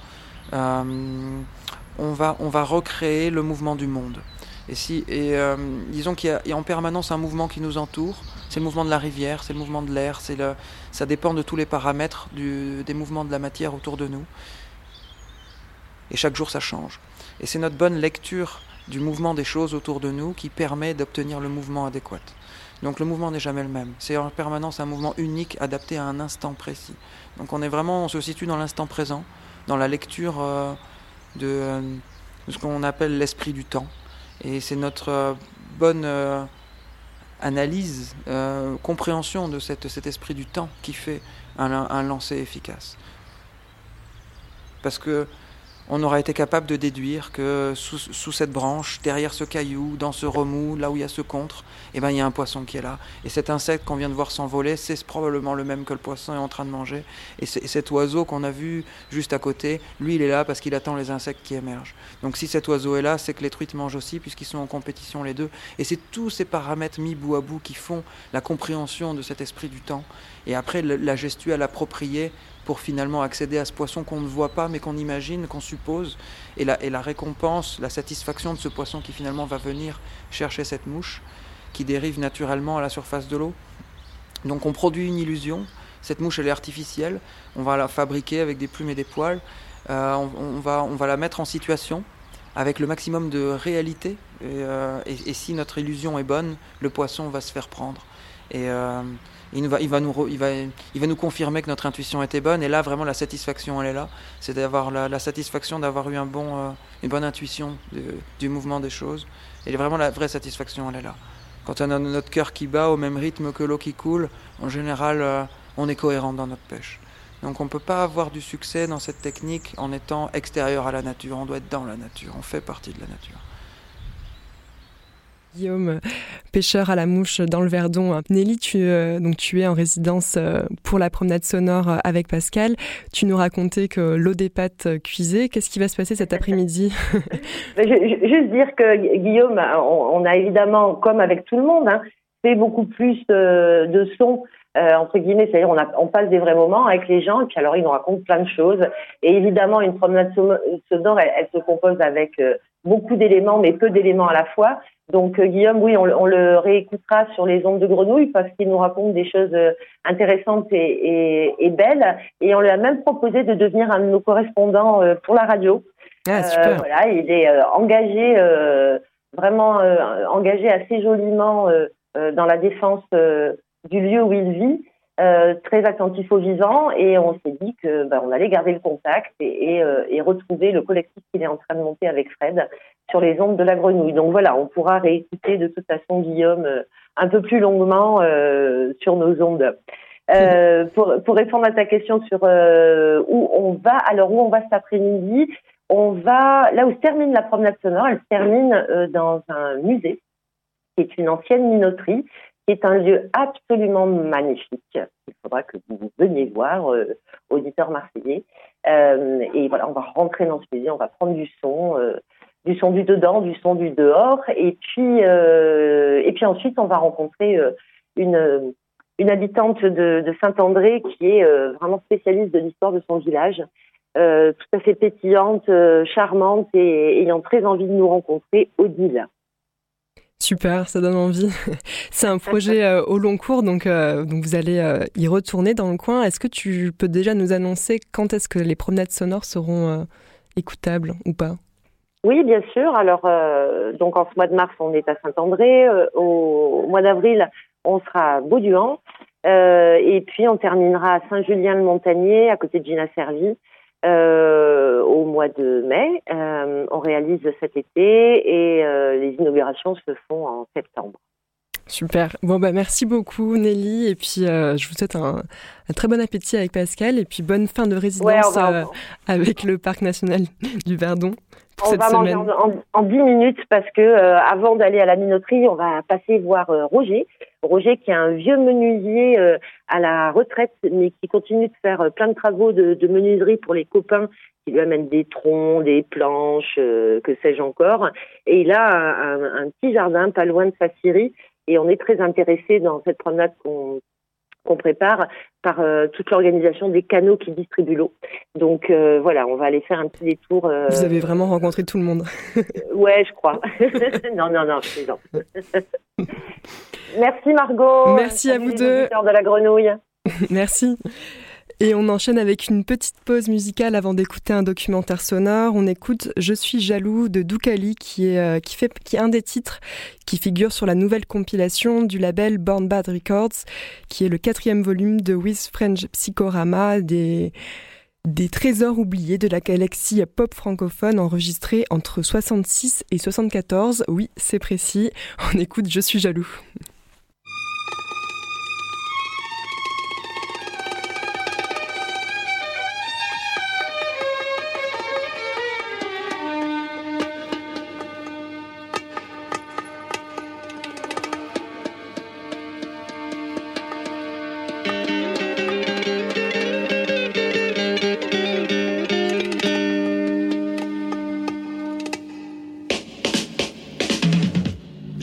on va recréer le mouvement du monde. Disons qu'il y a en permanence un mouvement qui nous entoure. C'est le mouvement de la rivière, c'est le mouvement de l'air, ça dépend de tous les paramètres des mouvements de la matière autour de nous. Et chaque jour, ça change. Et c'est notre bonne lecture du mouvement des choses autour de nous qui permet d'obtenir le mouvement adéquat. Donc le mouvement n'est jamais le même. C'est en permanence un mouvement unique, adapté à un instant précis. Donc on se situe dans l'instant présent, dans la lecture de ce qu'on appelle l'esprit du temps. Et c'est notre bonne analyse, compréhension de cet esprit du temps qui fait un lancer efficace. Parce que on aura été capable de déduire que sous cette branche, derrière ce caillou, dans ce remous, là où il y a ce contre, il y a un poisson qui est là. Et cet insecte qu'on vient de voir s'envoler, c'est probablement le même que le poisson est en train de manger. Et cet oiseau qu'on a vu juste à côté, lui, il est là parce qu'il attend les insectes qui émergent. Donc si cet oiseau est là, c'est que les truites mangent aussi, puisqu'ils sont en compétition les deux. Et c'est tous ces paramètres mis bout à bout qui font la compréhension de cet esprit du temps. Et après, la gestuelle appropriée pour finalement accéder à ce poisson qu'on ne voit pas, mais qu'on imagine, qu'on suppose. Et la récompense, la satisfaction de ce poisson qui finalement va venir chercher cette mouche, qui dérive naturellement à la surface de l'eau. Donc on produit une illusion. Cette mouche, elle est artificielle. On va la fabriquer avec des plumes et des poils. On va la mettre en situation avec le maximum de réalité. Et si notre illusion est bonne, le poisson va se faire prendre. Et il va nous confirmer que notre intuition était bonne. Et là, vraiment, la satisfaction, elle est là. C'est d'avoir la satisfaction d'avoir eu une bonne intuition du mouvement des choses. Et vraiment, la vraie satisfaction, elle est là. Quand on a notre cœur qui bat au même rythme que l'eau qui coule, en général, on est cohérent dans notre pêche. Donc on ne peut pas avoir du succès dans cette technique en étant extérieur à la nature. On doit être dans la nature, on fait partie de la nature. Guillaume, pêcheur à la mouche dans le Verdon. Nelly, tu es en résidence pour la promenade sonore avec Pascal. Tu nous racontais que l'eau des pâtes cuisait. Qu'est-ce qui va se passer cet après-midi? Juste dire que Guillaume, on a évidemment, comme avec tout le monde, fait beaucoup plus de sons, entre guillemets, c'est-à-dire on passe des vrais moments avec les gens et puis alors ils nous racontent plein de choses. Et évidemment, une promenade sonore, elle se compose avec beaucoup d'éléments, mais peu d'éléments à la fois. Donc Guillaume, oui, on le réécoutera sur les ondes de Grenouille parce qu'il nous raconte des choses intéressantes et belles. Et on lui a même proposé de devenir un de nos correspondants pour la radio. Ah, super. Voilà, il est engagé, vraiment engagé assez joliment dans la défense du lieu où il vit, très attentif aux vivants. Et on s'est dit que on allait garder le contact et retrouver le collectif qu'il est en train de monter avec Fred sur les ondes de la Grenouille. Donc voilà, on pourra réécouter de toute façon Guillaume un peu plus longuement sur nos ondes. Pour répondre à ta question sur où on va cet après-midi, on va là où se termine la promenade sonore, elle se termine dans un musée qui est une ancienne minoterie, qui est un lieu absolument magnifique. Il faudra que vous veniez voir, auditeurs marseillais. Et voilà, on va rentrer dans ce musée, on va prendre du son du dedans, du son du dehors, et puis ensuite on va rencontrer une habitante de Saint-André qui est vraiment spécialiste de l'histoire de son village, tout à fait pétillante, charmante et ayant très envie de nous rencontrer, Odile. Super, ça donne envie. C'est un projet au long cours, donc vous allez y retourner dans le coin. Est-ce que tu peux déjà nous annoncer quand est-ce que les promenades sonores seront écoutables ou pas? Oui, bien sûr. Alors, donc en ce mois de mars, on est à Saint-André. Au mois d'avril, on sera à Bauduan. Et puis, on terminera à Saint-Julien-le-Montagnier, à côté de Gina Servi, au mois de mai. On réalise cet été et les inaugurations se font en septembre. Super. Bon, merci beaucoup, Nelly. Et puis, je vous souhaite un très bon appétit avec Pascal. Et puis, bonne fin de résidence avec le Parc national du Verdon. On va manger en 10 minutes parce que avant d'aller à la minoterie, on va passer voir Roger. Roger qui est un vieux menuisier à la retraite, mais qui continue de faire plein de travaux de menuiserie pour les copains, qui lui amènent des troncs, des planches, que sais-je encore. Et il a un petit jardin pas loin de sa scierie. Et on est très intéressés dans cette promenade qu'on prépare par toute l'organisation des canaux qui distribuent l'eau. Donc voilà, on va aller faire un petit détour. Vous avez vraiment rencontré tout le monde. Ouais, je crois. non, je plaisante. Merci Margot. Merci à vous deux. De la Grenouille. Merci. Et on enchaîne avec une petite pause musicale avant d'écouter un documentaire sonore. On écoute Je suis jaloux de Doukali qui est un des titres qui figure sur la nouvelle compilation du label Born Bad Records, qui est le 4e volume de With French Psychorama, des trésors oubliés de la galaxie pop francophone enregistrés entre 66 et 74. Oui, c'est précis. On écoute Je suis jaloux.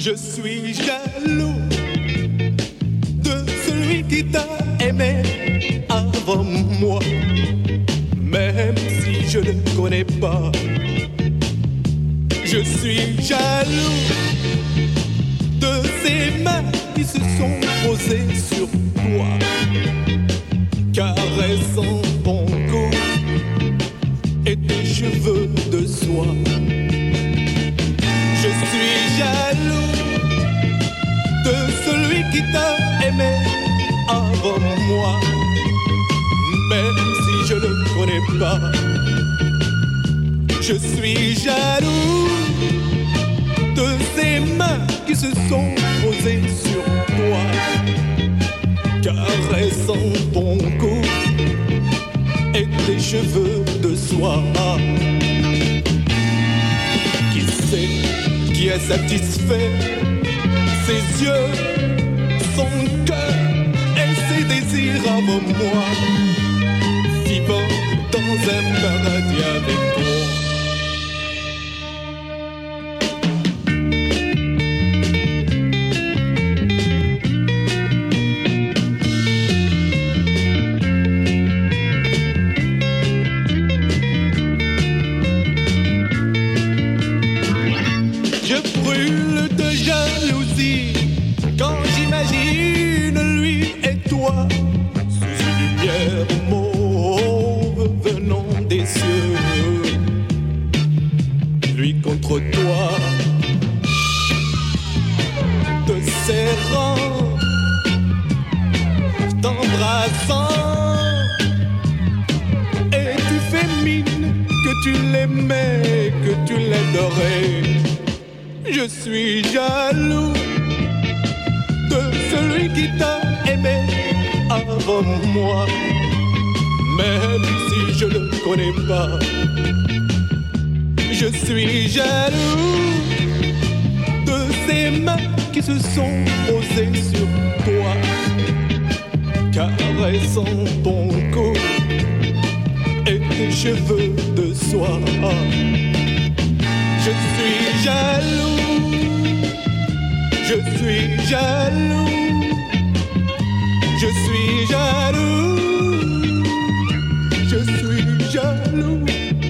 Je suis jaloux de celui qui t'a aimé avant moi, même si je ne connais pas. Je suis jaloux de ces mains qui se sont posées sur toi, caressant ton cou et tes cheveux de soie. Je suis jaloux de celui qui t'a aimé avant moi, même si je ne connais pas. Je suis jaloux de ces mains qui se sont posées sur toi, caressant ton cou et tes cheveux de soie. Qui sait qui est satisfait? Ses yeux, son cœur et ses désirs avant moi, vivant dans un paradis avec toi. Contre toi, te serrant, t'embrassant, et tu fais mine que tu l'aimais, que tu l'adorais. Je suis jaloux de celui qui t'a aimé avant moi, même si je ne connais pas. Je suis jaloux de ces mains qui se sont posées sur toi, caressant ton cou et tes cheveux de soie. Je suis jaloux, je suis jaloux, je suis jaloux, je suis jaloux.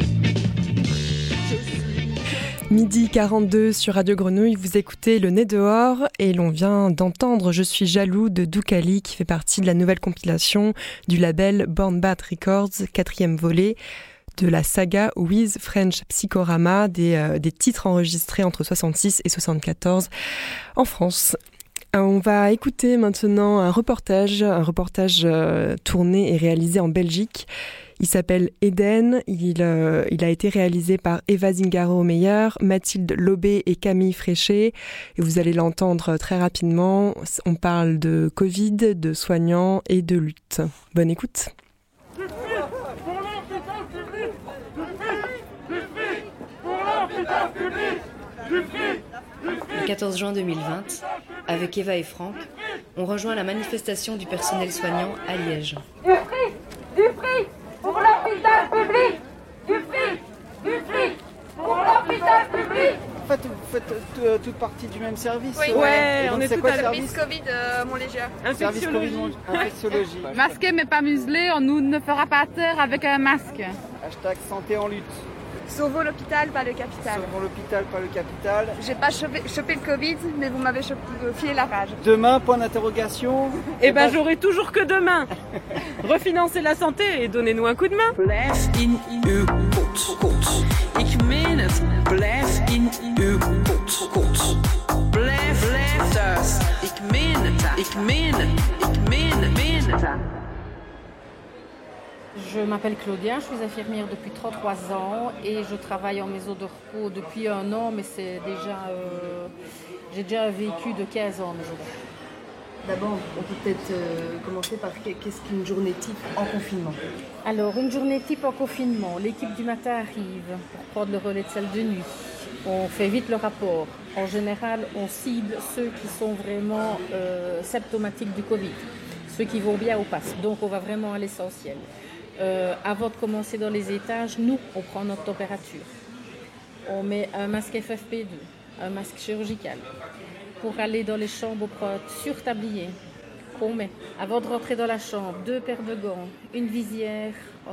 Midi 42 sur Radio Grenouille, vous écoutez Le Nez dehors et l'on vient d'entendre Je suis jaloux de Doukali qui fait partie de la nouvelle compilation du label Born Bad Records, 4e volet de la saga With French Psychorama, des titres enregistrés entre 66 et 74 en France. On va écouter maintenant un reportage tourné et réalisé en Belgique. Il s'appelle Eden, il a été réalisé par Eva Zingaro-Meyer, Mathilde Lobé et Camille Fréchet. Et vous allez l'entendre très rapidement, on parle de Covid, de soignants et de lutte. Bonne écoute. Le 14 juin 2020, avec Eva et Franck, on rejoint la manifestation du personnel soignant à Liège. Du prix pour l'hôpital public. Du prix pour l'hôpital public. En fait, vous faites toute partie du même service. Oui, ouais. On est tout à service Covid Montlégier. Infectiologie. Masqué mais pas muselé, on nous ne fera pas taire avec un masque. Hashtag santé en lutte. Sauvons l'hôpital, pas le capital. Sauvons l'hôpital, pas le capital. J'ai pas chopé le Covid, mais vous m'avez filé la rage. Demain, point d'interrogation. Eh ben, j'aurai toujours que demain. Refinancer la santé et donnez-nous un coup de main. Blijf in uw kot. Ik meen het. Blijf in uw kot. Blijf thuis. Ik meen het. Je m'appelle Claudia, je suis infirmière depuis 33 ans et je travaille en maison de repos depuis 1 an, mais c'est déjà, j'ai déjà vécu de 15 ans en maison de repos. D'abord, on peut peut-être commencer par qu'est-ce qu'une journée type en confinement? Alors, une journée type en confinement, l'équipe du matin arrive pour prendre le relais de celle de nuit. On fait vite le rapport. En général, on cible ceux qui sont vraiment symptomatiques du Covid, ceux qui vont bien au pass. Donc, on va vraiment à l'essentiel. Avant de commencer dans les étages, nous, on prend notre température. On met un masque FFP2, un masque chirurgical. pour aller dans les chambres pour être surtablier qu'on met. Avant de rentrer dans la chambre, 2 paires de gants, une visière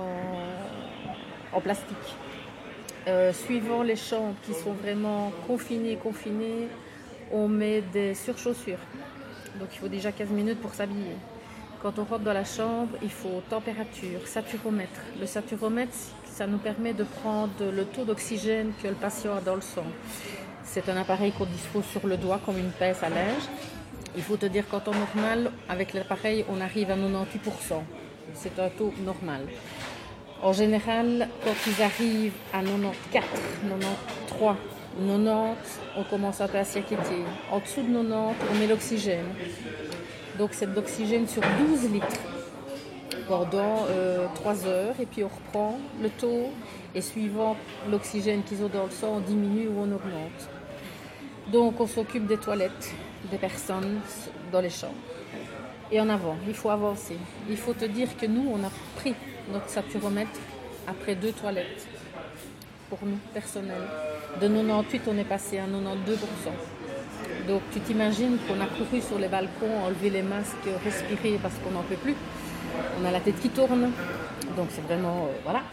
en plastique. Suivant les chambres qui sont vraiment confinées, on met des surchaussures. Donc il faut déjà 15 minutes pour s'habiller. Quand on rentre dans la chambre, il faut température, saturomètre. Le saturomètre, ça nous permet de prendre le taux d'oxygène que le patient a dans le sang. C'est un appareil qu'on dispose sur le doigt comme une pince à linge. Il faut te dire qu'en temps normal, avec l'appareil, on arrive à 98%. C'est un taux normal. En général, quand ils arrivent à 94, 93, 90, on commence un peu à s'y inquiéter. En dessous de 90, on met l'oxygène. Donc c'est de l'oxygène sur 12 litres pendant 3 heures. Et puis on reprend le taux. Et suivant l'oxygène qu'ils ont dans le sang, on diminue ou on augmente. Donc on s'occupe des toilettes des personnes dans les chambres. Et en avant, il faut avancer. Il faut te dire que nous, on a pris notre saturomètre après 2 toilettes. Pour nous, personnel. De 98, on est passé à 92%. Donc tu t'imagines qu'on a couru sur les balcons, enlevé les masques, respirer parce qu'on n'en peut plus. On a la tête qui tourne. Donc c'est vraiment... voilà.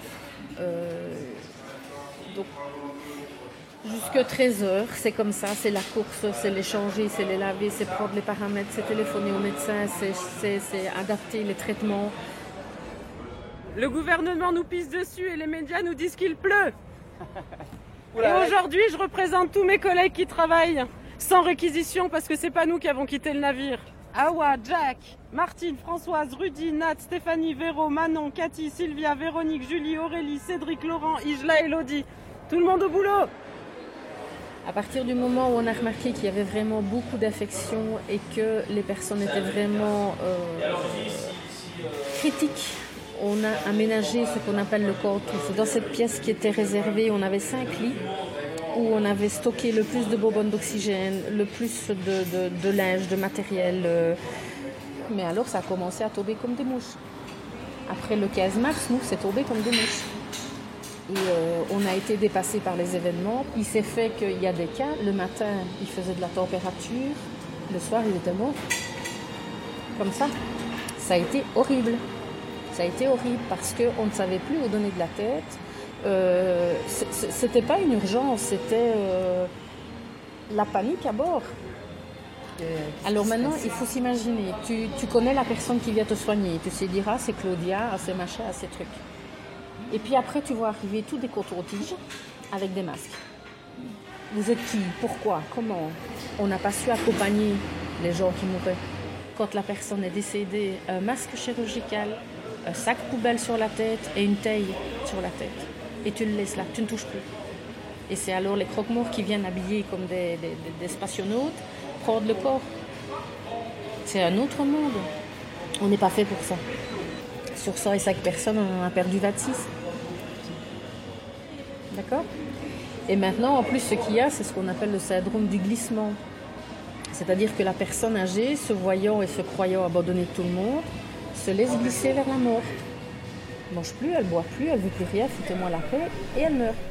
Donc jusque 13h, c'est comme ça, c'est la course, c'est les changer, c'est les laver, c'est prendre les paramètres, c'est téléphoner au médecin, c'est adapter les traitements. Le gouvernement nous pisse dessus et les médias nous disent qu'il pleut. Et aujourd'hui, je représente tous mes collègues qui travaillent sans réquisition parce que c'est pas nous qui avons quitté le navire. Awa, Jack, Martine, Françoise, Rudy, Nat, Stéphanie, Véro, Manon, Cathy, Sylvia, Véronique, Julie, Aurélie, Cédric, Laurent, Isla, Elodie. Tout le monde au boulot. À partir du moment où on a remarqué qu'il y avait vraiment beaucoup d'affections et que les personnes étaient vraiment critiques, on a aménagé ce qu'on appelle le cantouf. Dans cette pièce qui était réservée, on avait 5 lits où on avait stocké le plus de bonbonnes d'oxygène, le plus de linge, de matériel. Mais alors ça a commencé à tomber comme des mouches. Après le 15 mars, nous, c'est tombé comme des mouches. Et on a été dépassé par les événements. Il s'est fait qu'il y a des cas, le matin, il faisait de la température, le soir, il était mort. Comme ça. Ça a été horrible. Ça a été horrible parce qu'on ne savait plus où donner de la tête. C'était pas une urgence, c'était la panique à bord. Alors maintenant, il faut s'imaginer, tu connais la personne qui vient te soigner, tu sais dire, ah c'est Claudia, ah c'est machin, ah c'est truc. Et puis après, tu vois arriver tous des cotons-tiges avec des masques. Vous êtes qui? Pourquoi? Comment? On n'a pas su accompagner les gens qui mouraient. Quand la personne est décédée, un masque chirurgical, un sac poubelle sur la tête et une taille sur la tête. Et tu le laisses là, tu ne touches plus. Et c'est alors les croque-morts qui viennent habillés comme des spationautes prendre le corps. C'est un autre monde. On n'est pas fait pour ça. Sur 105 personnes, on en a perdu 26. D'accord? Et maintenant, en plus, ce qu'il y a, c'est ce qu'on appelle le syndrome du glissement. C'est-à-dire que la personne âgée, se voyant et se croyant abandonnée de tout le monde, se laisse glisser vers la mort. Elle ne mange plus, elle ne boit plus, elle ne veut plus rien, foutez-moi la paix, et elle meurt.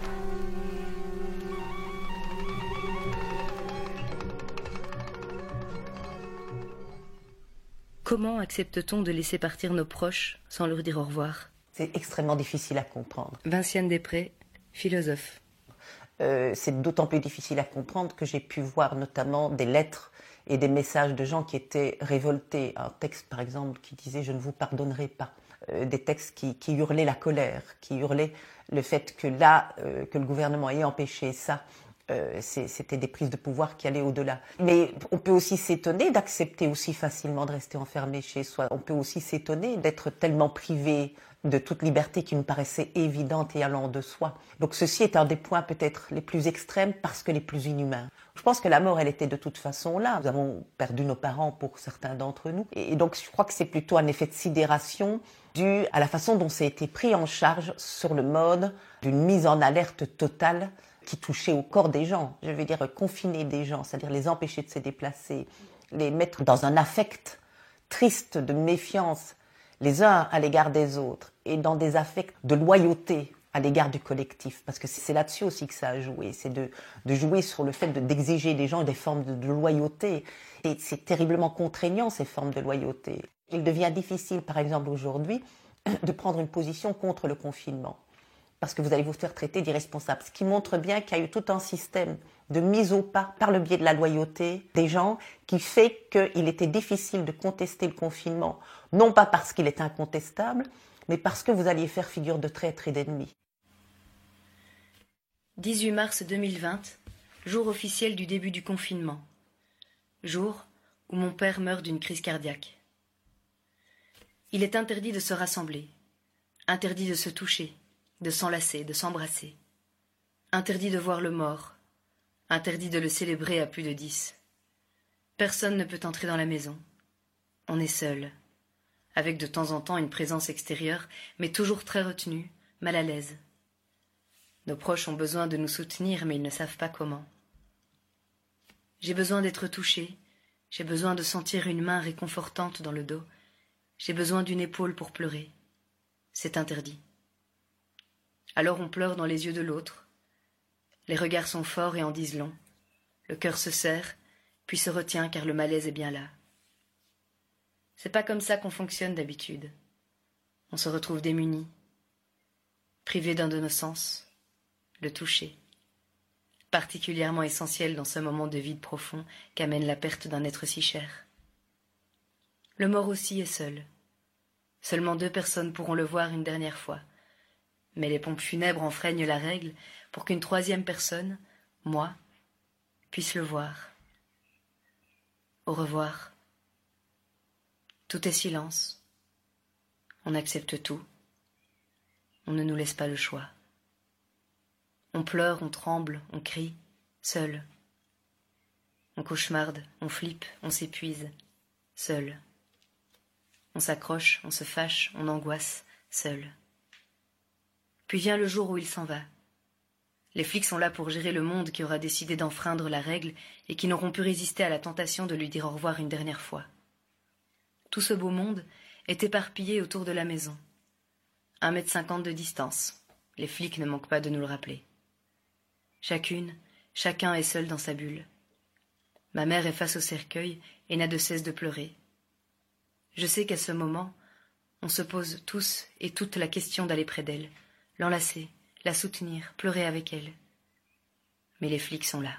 Comment accepte-t-on de laisser partir nos proches sans leur dire au revoir? C'est extrêmement difficile à comprendre. Vinciane Després, philosophe. C'est d'autant plus difficile à comprendre que j'ai pu voir notamment des lettres et des messages de gens qui étaient révoltés. Un texte, par exemple, qui disait « Je ne vous pardonnerai pas ». Des textes qui hurlaient la colère, qui hurlaient le fait que là, que le gouvernement ait empêché ça, c'était des prises de pouvoir qui allaient au-delà. Mais on peut aussi s'étonner d'accepter aussi facilement de rester enfermé chez soi. On peut aussi s'étonner d'être tellement privé de toute liberté qui nous paraissait évidente et allant de soi. Donc ceci est un des points peut-être les plus extrêmes parce que les plus inhumains. Je pense que la mort, elle était de toute façon là. Nous avons perdu nos parents pour certains d'entre nous. Et donc je crois que c'est plutôt un effet de sidération dû à la façon dont ça a été pris en charge sur le mode d'une mise en alerte totale qui touchait au corps des gens, je veux dire confiner des gens, c'est-à-dire les empêcher de se déplacer, les mettre dans un affect triste de méfiance les uns à l'égard des autres et dans des affects de loyauté à l'égard du collectif, parce que c'est là-dessus aussi que ça a joué, c'est de jouer sur le fait d'exiger des gens des formes de loyauté. Et c'est terriblement contraignant, ces formes de loyauté. Il devient difficile, par exemple aujourd'hui, de prendre une position contre le confinement, parce que vous allez vous faire traiter d'irresponsable, ce qui montre bien qu'il y a eu tout un système de mise au pas, par le biais de la loyauté des gens, qui fait qu'il était difficile de contester le confinement, non pas parce qu'il est incontestable, mais parce que vous alliez faire figure de traître et d'ennemi. 18 mars 2020, jour officiel du début du confinement. Jour où mon père meurt d'une crise cardiaque. Il est interdit de se rassembler, interdit de se toucher, de s'enlacer, de s'embrasser. Interdit de voir le mort, interdit de le célébrer à plus de 10. Personne ne peut entrer dans la maison. On est seul, avec de temps en temps une présence extérieure, mais toujours très retenue, mal à l'aise. Nos proches ont besoin de nous soutenir, mais ils ne savent pas comment. J'ai besoin d'être touchée, j'ai besoin de sentir une main réconfortante dans le dos, j'ai besoin d'une épaule pour pleurer. C'est interdit. Alors on pleure dans les yeux de l'autre. Les regards sont forts et en disent long. Le cœur se serre, puis se retient car le malaise est bien là. C'est pas comme ça qu'on fonctionne d'habitude. On se retrouve démunis, privés d'un de nos sens, le toucher. Particulièrement essentiel dans ce moment de vide profond qu'amène la perte d'un être si cher. Le mort aussi est seul. Seulement 2 personnes pourront le voir une dernière fois. Mais les pompes funèbres enfreignent la règle pour qu'une 3e personne, moi, puisse le voir. Au revoir. Tout est silence. On accepte tout. On ne nous laisse pas le choix. On pleure, on tremble, on crie, seul. On cauchemarde, on flippe, on s'épuise, seul. On s'accroche, on se fâche, on angoisse, seul. Puis vient le jour où il s'en va. Les flics sont là pour gérer le monde qui aura décidé d'enfreindre la règle et qui n'auront pu résister à la tentation de lui dire au revoir une dernière fois. Tout ce beau monde est éparpillé autour de la maison. 1,50 m de distance. Les flics ne manquent pas de nous le rappeler. Chacune, chacun est seul dans sa bulle. Ma mère est face au cercueil et n'a de cesse de pleurer. Je sais qu'à ce moment, on se pose tous et toutes la question d'aller près d'elle, l'enlacer, la soutenir, pleurer avec elle. Mais les flics sont là.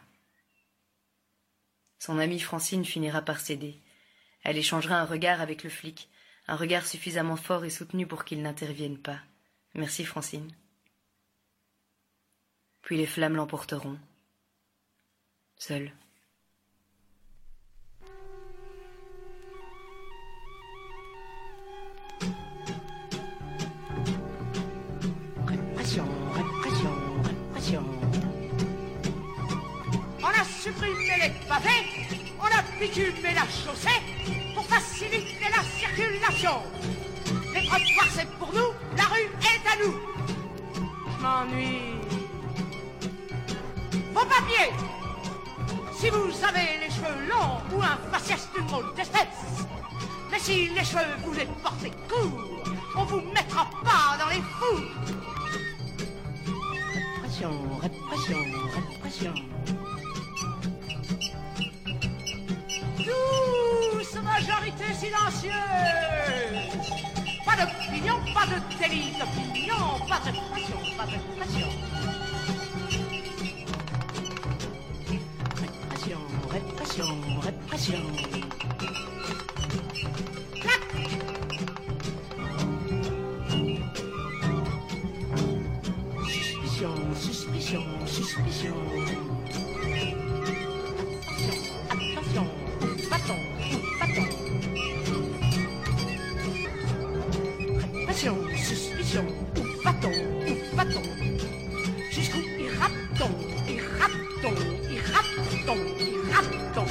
Son amie Francine finira par céder. Elle échangera un regard avec le flic, un regard suffisamment fort et soutenu pour qu'il n'intervienne pas. Merci Francine. Puis les flammes l'emporteront. Seule. Répression, répression, répression. On a supprimé les pavés, on a bitumé la chaussée pour faciliter la circulation. Les trottoirs c'est pour nous, la rue est à nous. Je m'ennuie. Vos papiers. Si vous avez les cheveux longs ou un faciès d'une autre espèce, mais si les cheveux vous les portez courts, on vous mettra pas dans les fous. Répression, répression, répression. Douce majorité silencieuse. Pas d'opinion, pas de délit d'opinion, pas de pression, pas de pression. Répression, répression. Clac. Suspicion, suspicion, suspicion. Attention, bâton, bâton. Répression, suspicion, bâton, bâton. Jusqu'où ira-t-on, ira-t-on, ira-t-on, ira-t-on.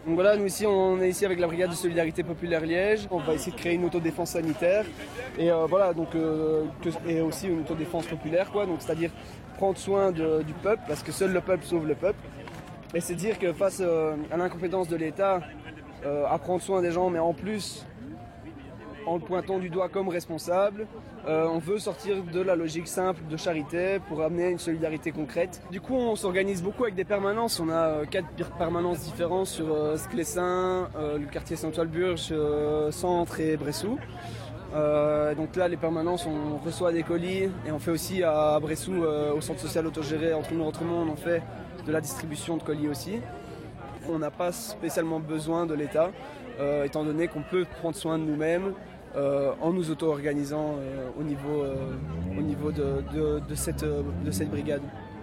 Donc voilà, nous ici, on est ici avec la brigade de solidarité populaire Liège. On va essayer de créer une autodéfense sanitaire et voilà, donc et aussi une autodéfense populaire, quoi. Donc c'est-à-dire prendre soin du peuple, parce que seul le peuple sauve le peuple. Et c'est dire que face à l'incompétence de l'État, à prendre soin des gens, mais en plus en le pointant du doigt comme responsable, on veut sortir de la logique simple de charité pour amener une solidarité concrète. Du coup, on s'organise beaucoup avec des permanences. On a 4 permanences différentes sur Sclessin, le quartier Saint-Walburge, Centre et Bressou. Donc là, les permanences, on reçoit des colis et on fait aussi à Bressou, au centre social autogéré Entre nous, Autrement, on fait de la distribution de colis aussi. On n'a pas spécialement besoin de l'État, étant donné qu'on peut prendre soin de nous-mêmes en nous auto-organisant au niveau de cette brigade.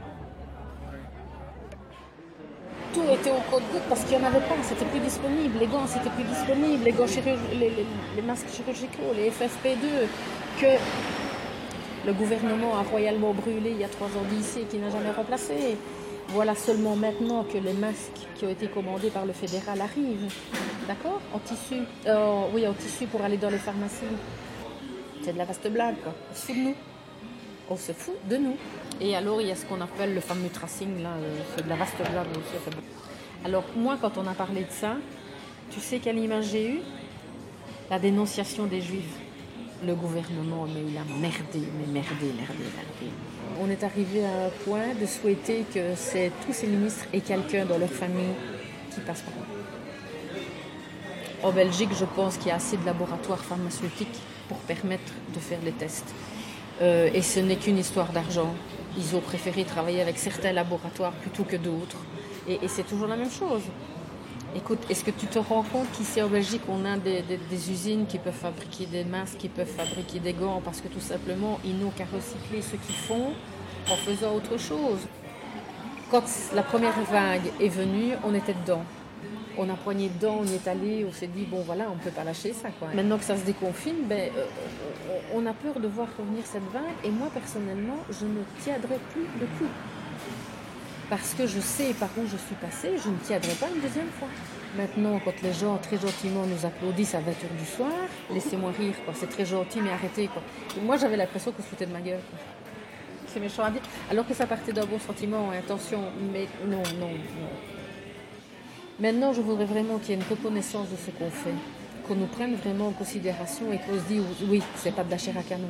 Tout était au compte-gouttes parce qu'il n'y en avait pas, c'était plus disponible, les gants c'était plus disponible, les masques chirurgicaux, les FFP2 que le gouvernement a royalement brûlé il y a 3 ans d'ici et qui n'a jamais remplacé. Voilà seulement maintenant que les masques qui ont été commandés par le fédéral arrivent, d'accord, en tissu, en tissu pour aller dans les pharmacies. C'est de la vaste blague, quoi. On se fout de nous. On se fout de nous. Et alors, il y a ce qu'on appelle le fameux tracing, là, c'est de la vaste blague aussi. Alors, moi, quand on a parlé de ça, tu sais quelle image j'ai eue? La dénonciation des Juifs. Le gouvernement, mais il a merdé. On est arrivé à un point de souhaiter que tous ces ministres aient quelqu'un dans leur famille qui passe par là. En Belgique, je pense qu'il y a assez de laboratoires pharmaceutiques pour permettre de faire les tests. Et ce n'est qu'une histoire d'argent. Ils ont préféré travailler avec certains laboratoires plutôt que d'autres. Et c'est toujours la même chose. Écoute, est-ce que tu te rends compte qu'ici en Belgique, on a des usines qui peuvent fabriquer des masques, qui peuvent fabriquer des gants, parce que tout simplement, ils n'ont qu'à recycler ce qu'ils font en faisant autre chose. Quand la première vague est venue, on était dedans. On a poigné dedans, on y est allé, on s'est dit, bon voilà, on ne peut pas lâcher ça, quoi. Maintenant que ça se déconfine, on a peur de voir revenir cette vague, et moi, personnellement, je ne tiendrai plus le coup. Parce que je sais par où je suis passée, je ne tiendrai pas une deuxième fois. Maintenant, quand les gens très gentiment nous applaudissent à 20h du soir, laissez-moi rire, quoi. C'est très gentil, mais arrêtez, quoi. Et moi, j'avais l'impression qu'on se foutait de ma gueule, quoi. C'est méchant à dire. Alors que ça partait d'un bon sentiment et intention, mais non. Maintenant, je voudrais vraiment qu'il y ait une reconnaissance de ce qu'on fait, qu'on nous prenne vraiment en considération et qu'on se dise, oui, c'est pas de la chair à canon.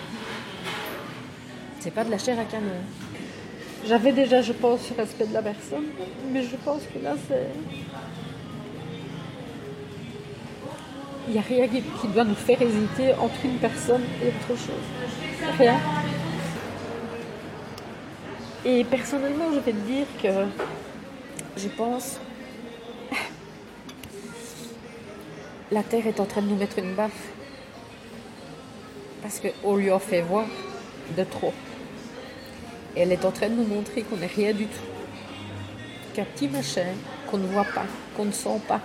C'est pas de la chair à canon. J'avais déjà, je pense, ce respect de la personne, mais je pense que là, c'est... Il n'y a rien qui doit nous faire hésiter entre une personne et autre chose. Rien. Et personnellement, je vais te dire que je pense... La Terre est en train de nous mettre une baffe. Parce qu'on lui en fait voir de trop. Elle est en train de nous montrer qu'on n'est rien du tout. Qu'un petit machin qu'on ne voit pas, qu'on ne sent pas,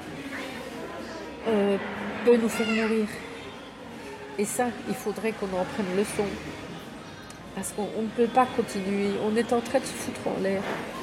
peut nous faire mourir. Et ça, il faudrait qu'on en prenne leçon. Parce qu'on ne peut pas continuer. On est en train de se foutre en l'air.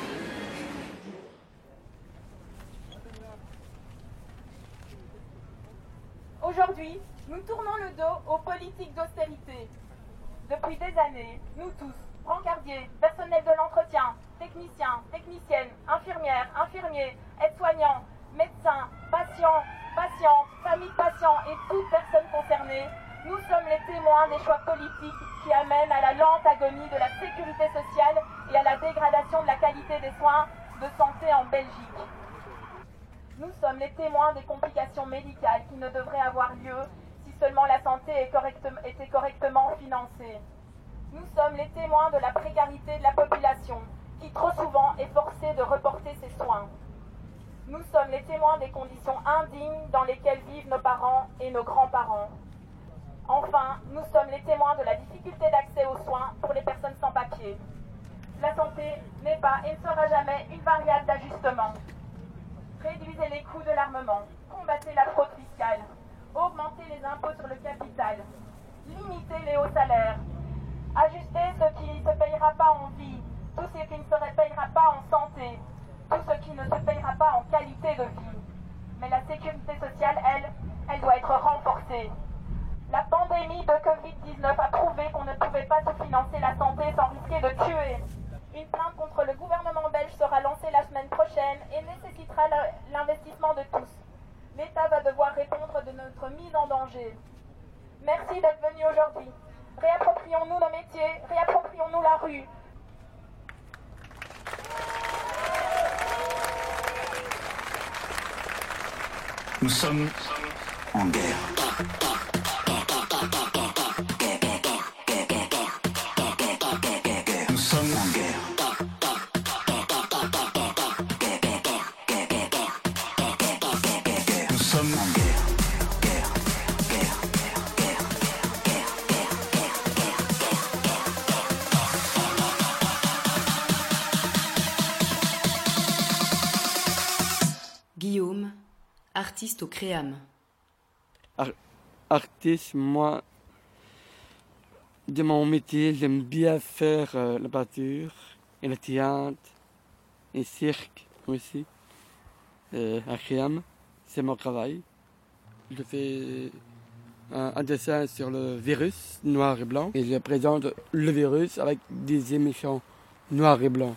Aujourd'hui, nous tournons le dos aux politiques d'austérité. Depuis des années, nous tous, brancardiers, personnel de l'entretien, techniciens, techniciennes, infirmières, infirmiers, aides-soignants, médecins, patients, patientes, familles de patients et toute personne concernée, nous sommes les témoins des choix politiques qui amènent à la lente agonie de la sécurité sociale et à la dégradation de la qualité des soins de santé en Belgique. Nous sommes les témoins des complications médicales qui ne devraient avoir lieu si seulement la santé était correctement financée. Nous sommes les témoins de la précarité de la population, qui trop souvent est forcée de reporter ses soins. Nous sommes les témoins des conditions indignes dans lesquelles vivent nos parents et nos grands-parents. Enfin, nous sommes les témoins de la difficulté d'accès aux soins pour les personnes sans papier. La santé n'est pas et ne sera jamais une variable d'ajustement. Réduisez les coûts de l'armement, combattez la fraude fiscale, augmentez les impôts sur le capital, limitez les hauts salaires, ajustez ce qui ne se payera pas en vie, tout ce qui ne se payera pas en santé, tout ce qui ne se payera pas en qualité de vie. Mais la sécurité sociale, elle doit être renforcée. La pandémie de Covid-19 a prouvé qu'on ne pouvait pas sous-financer la santé sans risquer de tuer. Une plainte contre le gouvernement belge sera lancée la semaine prochaine et nécessitera l'investissement de tous. L'État va devoir répondre de notre mise en danger. Merci d'être venus aujourd'hui. Réapproprions-nous nos métiers, réapproprions-nous la rue. Nous sommes en guerre. Nous sommes en guerre. Nous sommes en guerre. Guillaume, artiste au Créam. Artiste, moi, de mon métier, j'aime bien faire la peinture et le théâtre et le cirque aussi. À Créam, c'est mon travail. Je fais un dessin sur le virus noir et blanc et je présente le virus avec des émissions noir et blanc.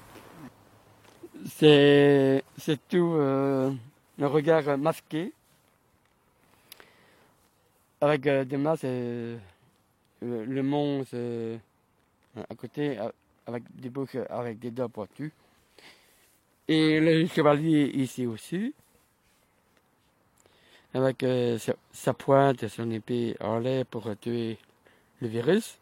C'est tout le regard masqué avec des masques, le monstre à côté avec des bouches avec des dents pointues et le chevalier ici aussi avec sa pointe et son épée en l'air pour tuer le virus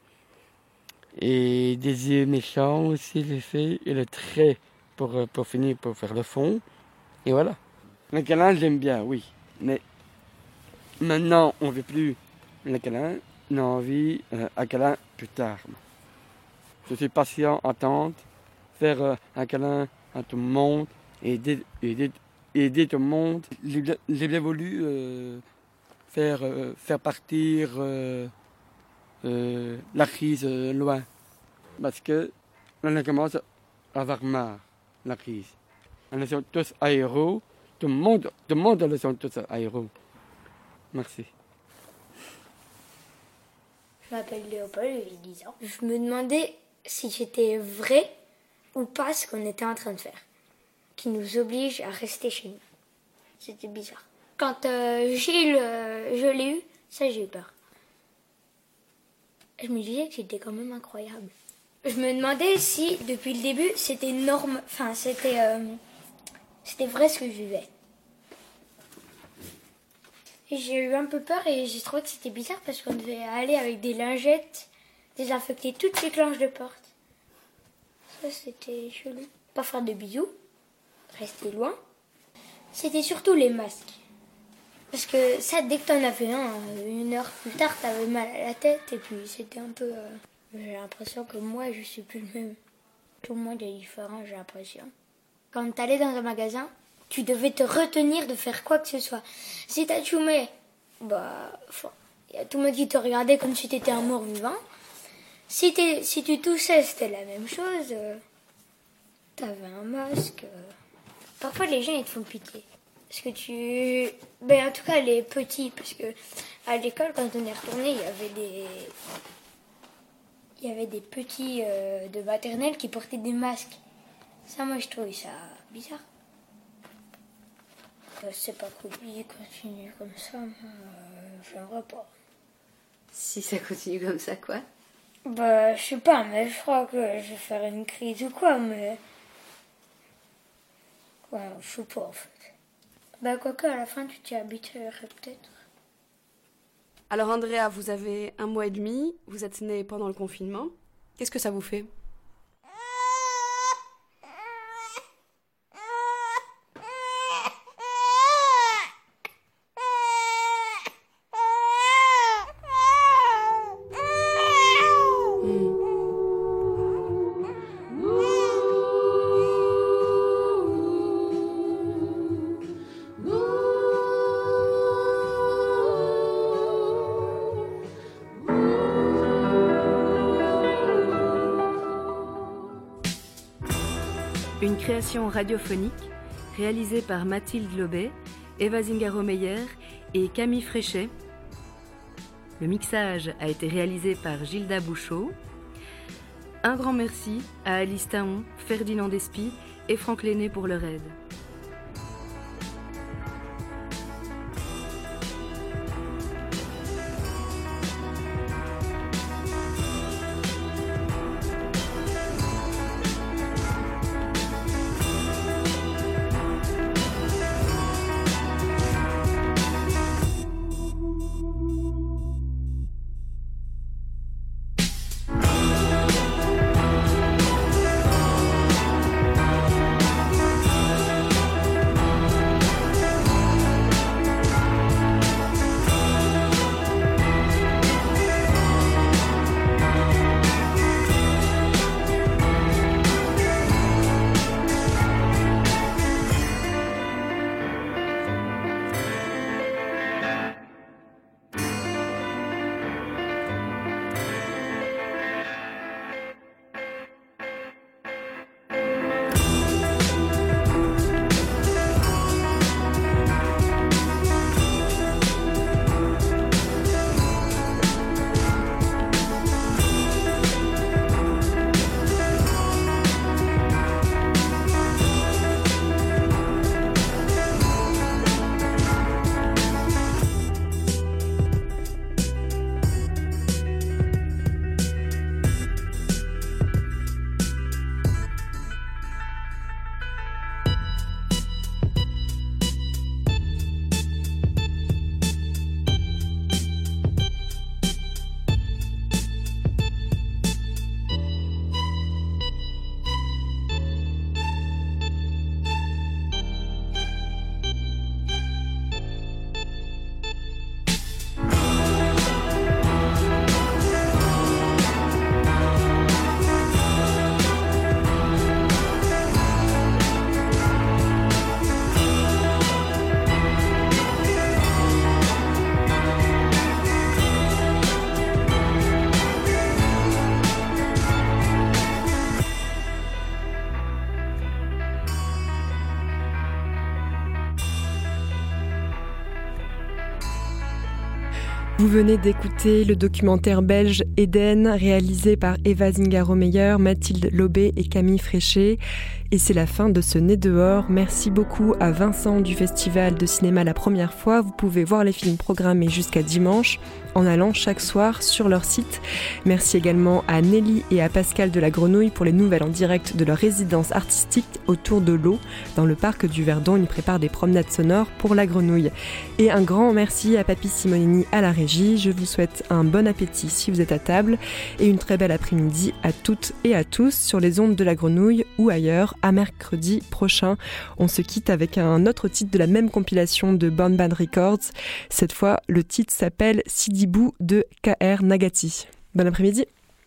et des yeux méchants aussi les faits et le trait pour finir pour faire le fond et voilà. Le câlin j'aime bien, oui, mais maintenant on ne veut plus le câlin, on a envie un câlin plus tard. Je suis patient, attendre, faire un câlin à tout le monde, aider tout le monde. J'ai bien voulu faire partir la crise loin, parce que on commence à avoir marre la crise. On est tous à héros. Tout le monde sont tous à héros. Merci. Je m'appelle Léopold, j'ai 10 ans. Je me demandais si c'était vrai ou pas ce qu'on était en train de faire, qui nous oblige à rester chez nous. C'était bizarre. Quand je l'ai eu, ça j'ai eu peur. Je me disais que c'était quand même incroyable. Je me demandais si, depuis le début, c'était c'était vrai ce que je vivais. Et j'ai eu un peu peur et j'ai trouvé que c'était bizarre parce qu'on devait aller avec des lingettes, désinfecter toutes les clenches de porte. Ça, c'était chelou. Pas faire de bisous, rester loin. C'était surtout les masques. Parce que ça, dès que t'en avais un, une heure plus tard, t'avais mal à la tête et puis c'était un peu... J'ai l'impression que moi, je suis plus le même. Tout le monde est différent, j'ai l'impression. Quand t'allais dans un magasin, tu devais te retenir de faire quoi que ce soit. Si t'as tchoumé, y a tout le monde qui te regardait comme si t'étais un mort-vivant. Si tu toussais, c'était la même chose. T'avais un masque. Parfois, les gens, ils te font pitié. Parce que en tout cas, les petits, parce que à l'école, quand on est retourné, il y avait des petits de maternelle qui portaient des masques. Ça, moi, je trouvais ça bizarre. C'est pas cool de continuer comme ça, j'aimerais pas. Si ça continue comme ça, quoi? Je sais pas, mais je crois que je vais faire une crise ou quoi, mais... Ouais, je sais pas, en fait. Quoique, à la fin, tu t'y habituerais peut-être. Alors, Andrea, vous avez 1 mois et demi, vous êtes née pendant le confinement. Qu'est-ce que ça vous fait? Une création radiophonique réalisée par Mathilde Lobet Eva Zingaro-Meyer et Camille Fréchet. Le mixage a été réalisé par Gilda Bouchot. Un grand merci à Alice Taon, Ferdinand Despy et Franck Lenné pour leur aide. Vous venez d'écouter le documentaire belge Eden, réalisé par Eva Zingaro-Meyer, Mathilde Lobé et Camille Fréchet. Et c'est la fin de ce Nez dehors. Merci beaucoup à Vincent du Festival de cinéma La Première Fois. Vous pouvez voir les films programmés jusqu'à dimanche en allant chaque soir sur leur site. Merci également à Nelly et à Pascal de la Grenouille pour les nouvelles en direct de leur résidence artistique autour de l'eau. Dans le parc du Verdon, ils préparent des promenades sonores pour la Grenouille. Et un grand merci à Papy Simonini à la régie. Je vous souhaite un bon appétit si vous êtes à table et une très belle après-midi à toutes et à tous sur les ondes de la Grenouille ou ailleurs. À mercredi prochain. On se quitte avec un autre titre de la même compilation de Born Bad Records. Cette fois, le titre s'appelle Sidibou de KR Nagati. Bon après-midi.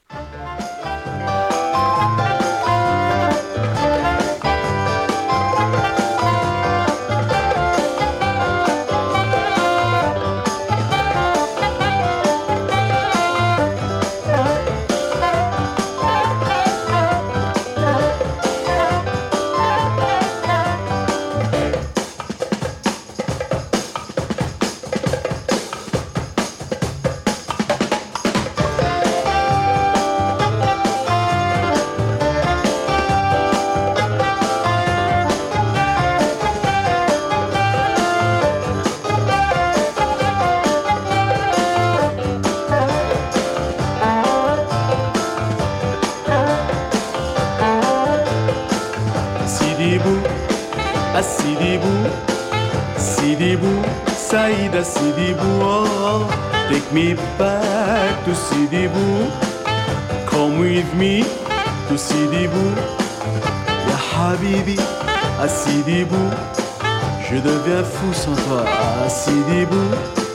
Sidibou, Saïda Sidibou, oh, take me back to Sidibou, come with me to Sidibou, ya Habibi, à Sidibou, je deviens fou sans toi, à Sidibou.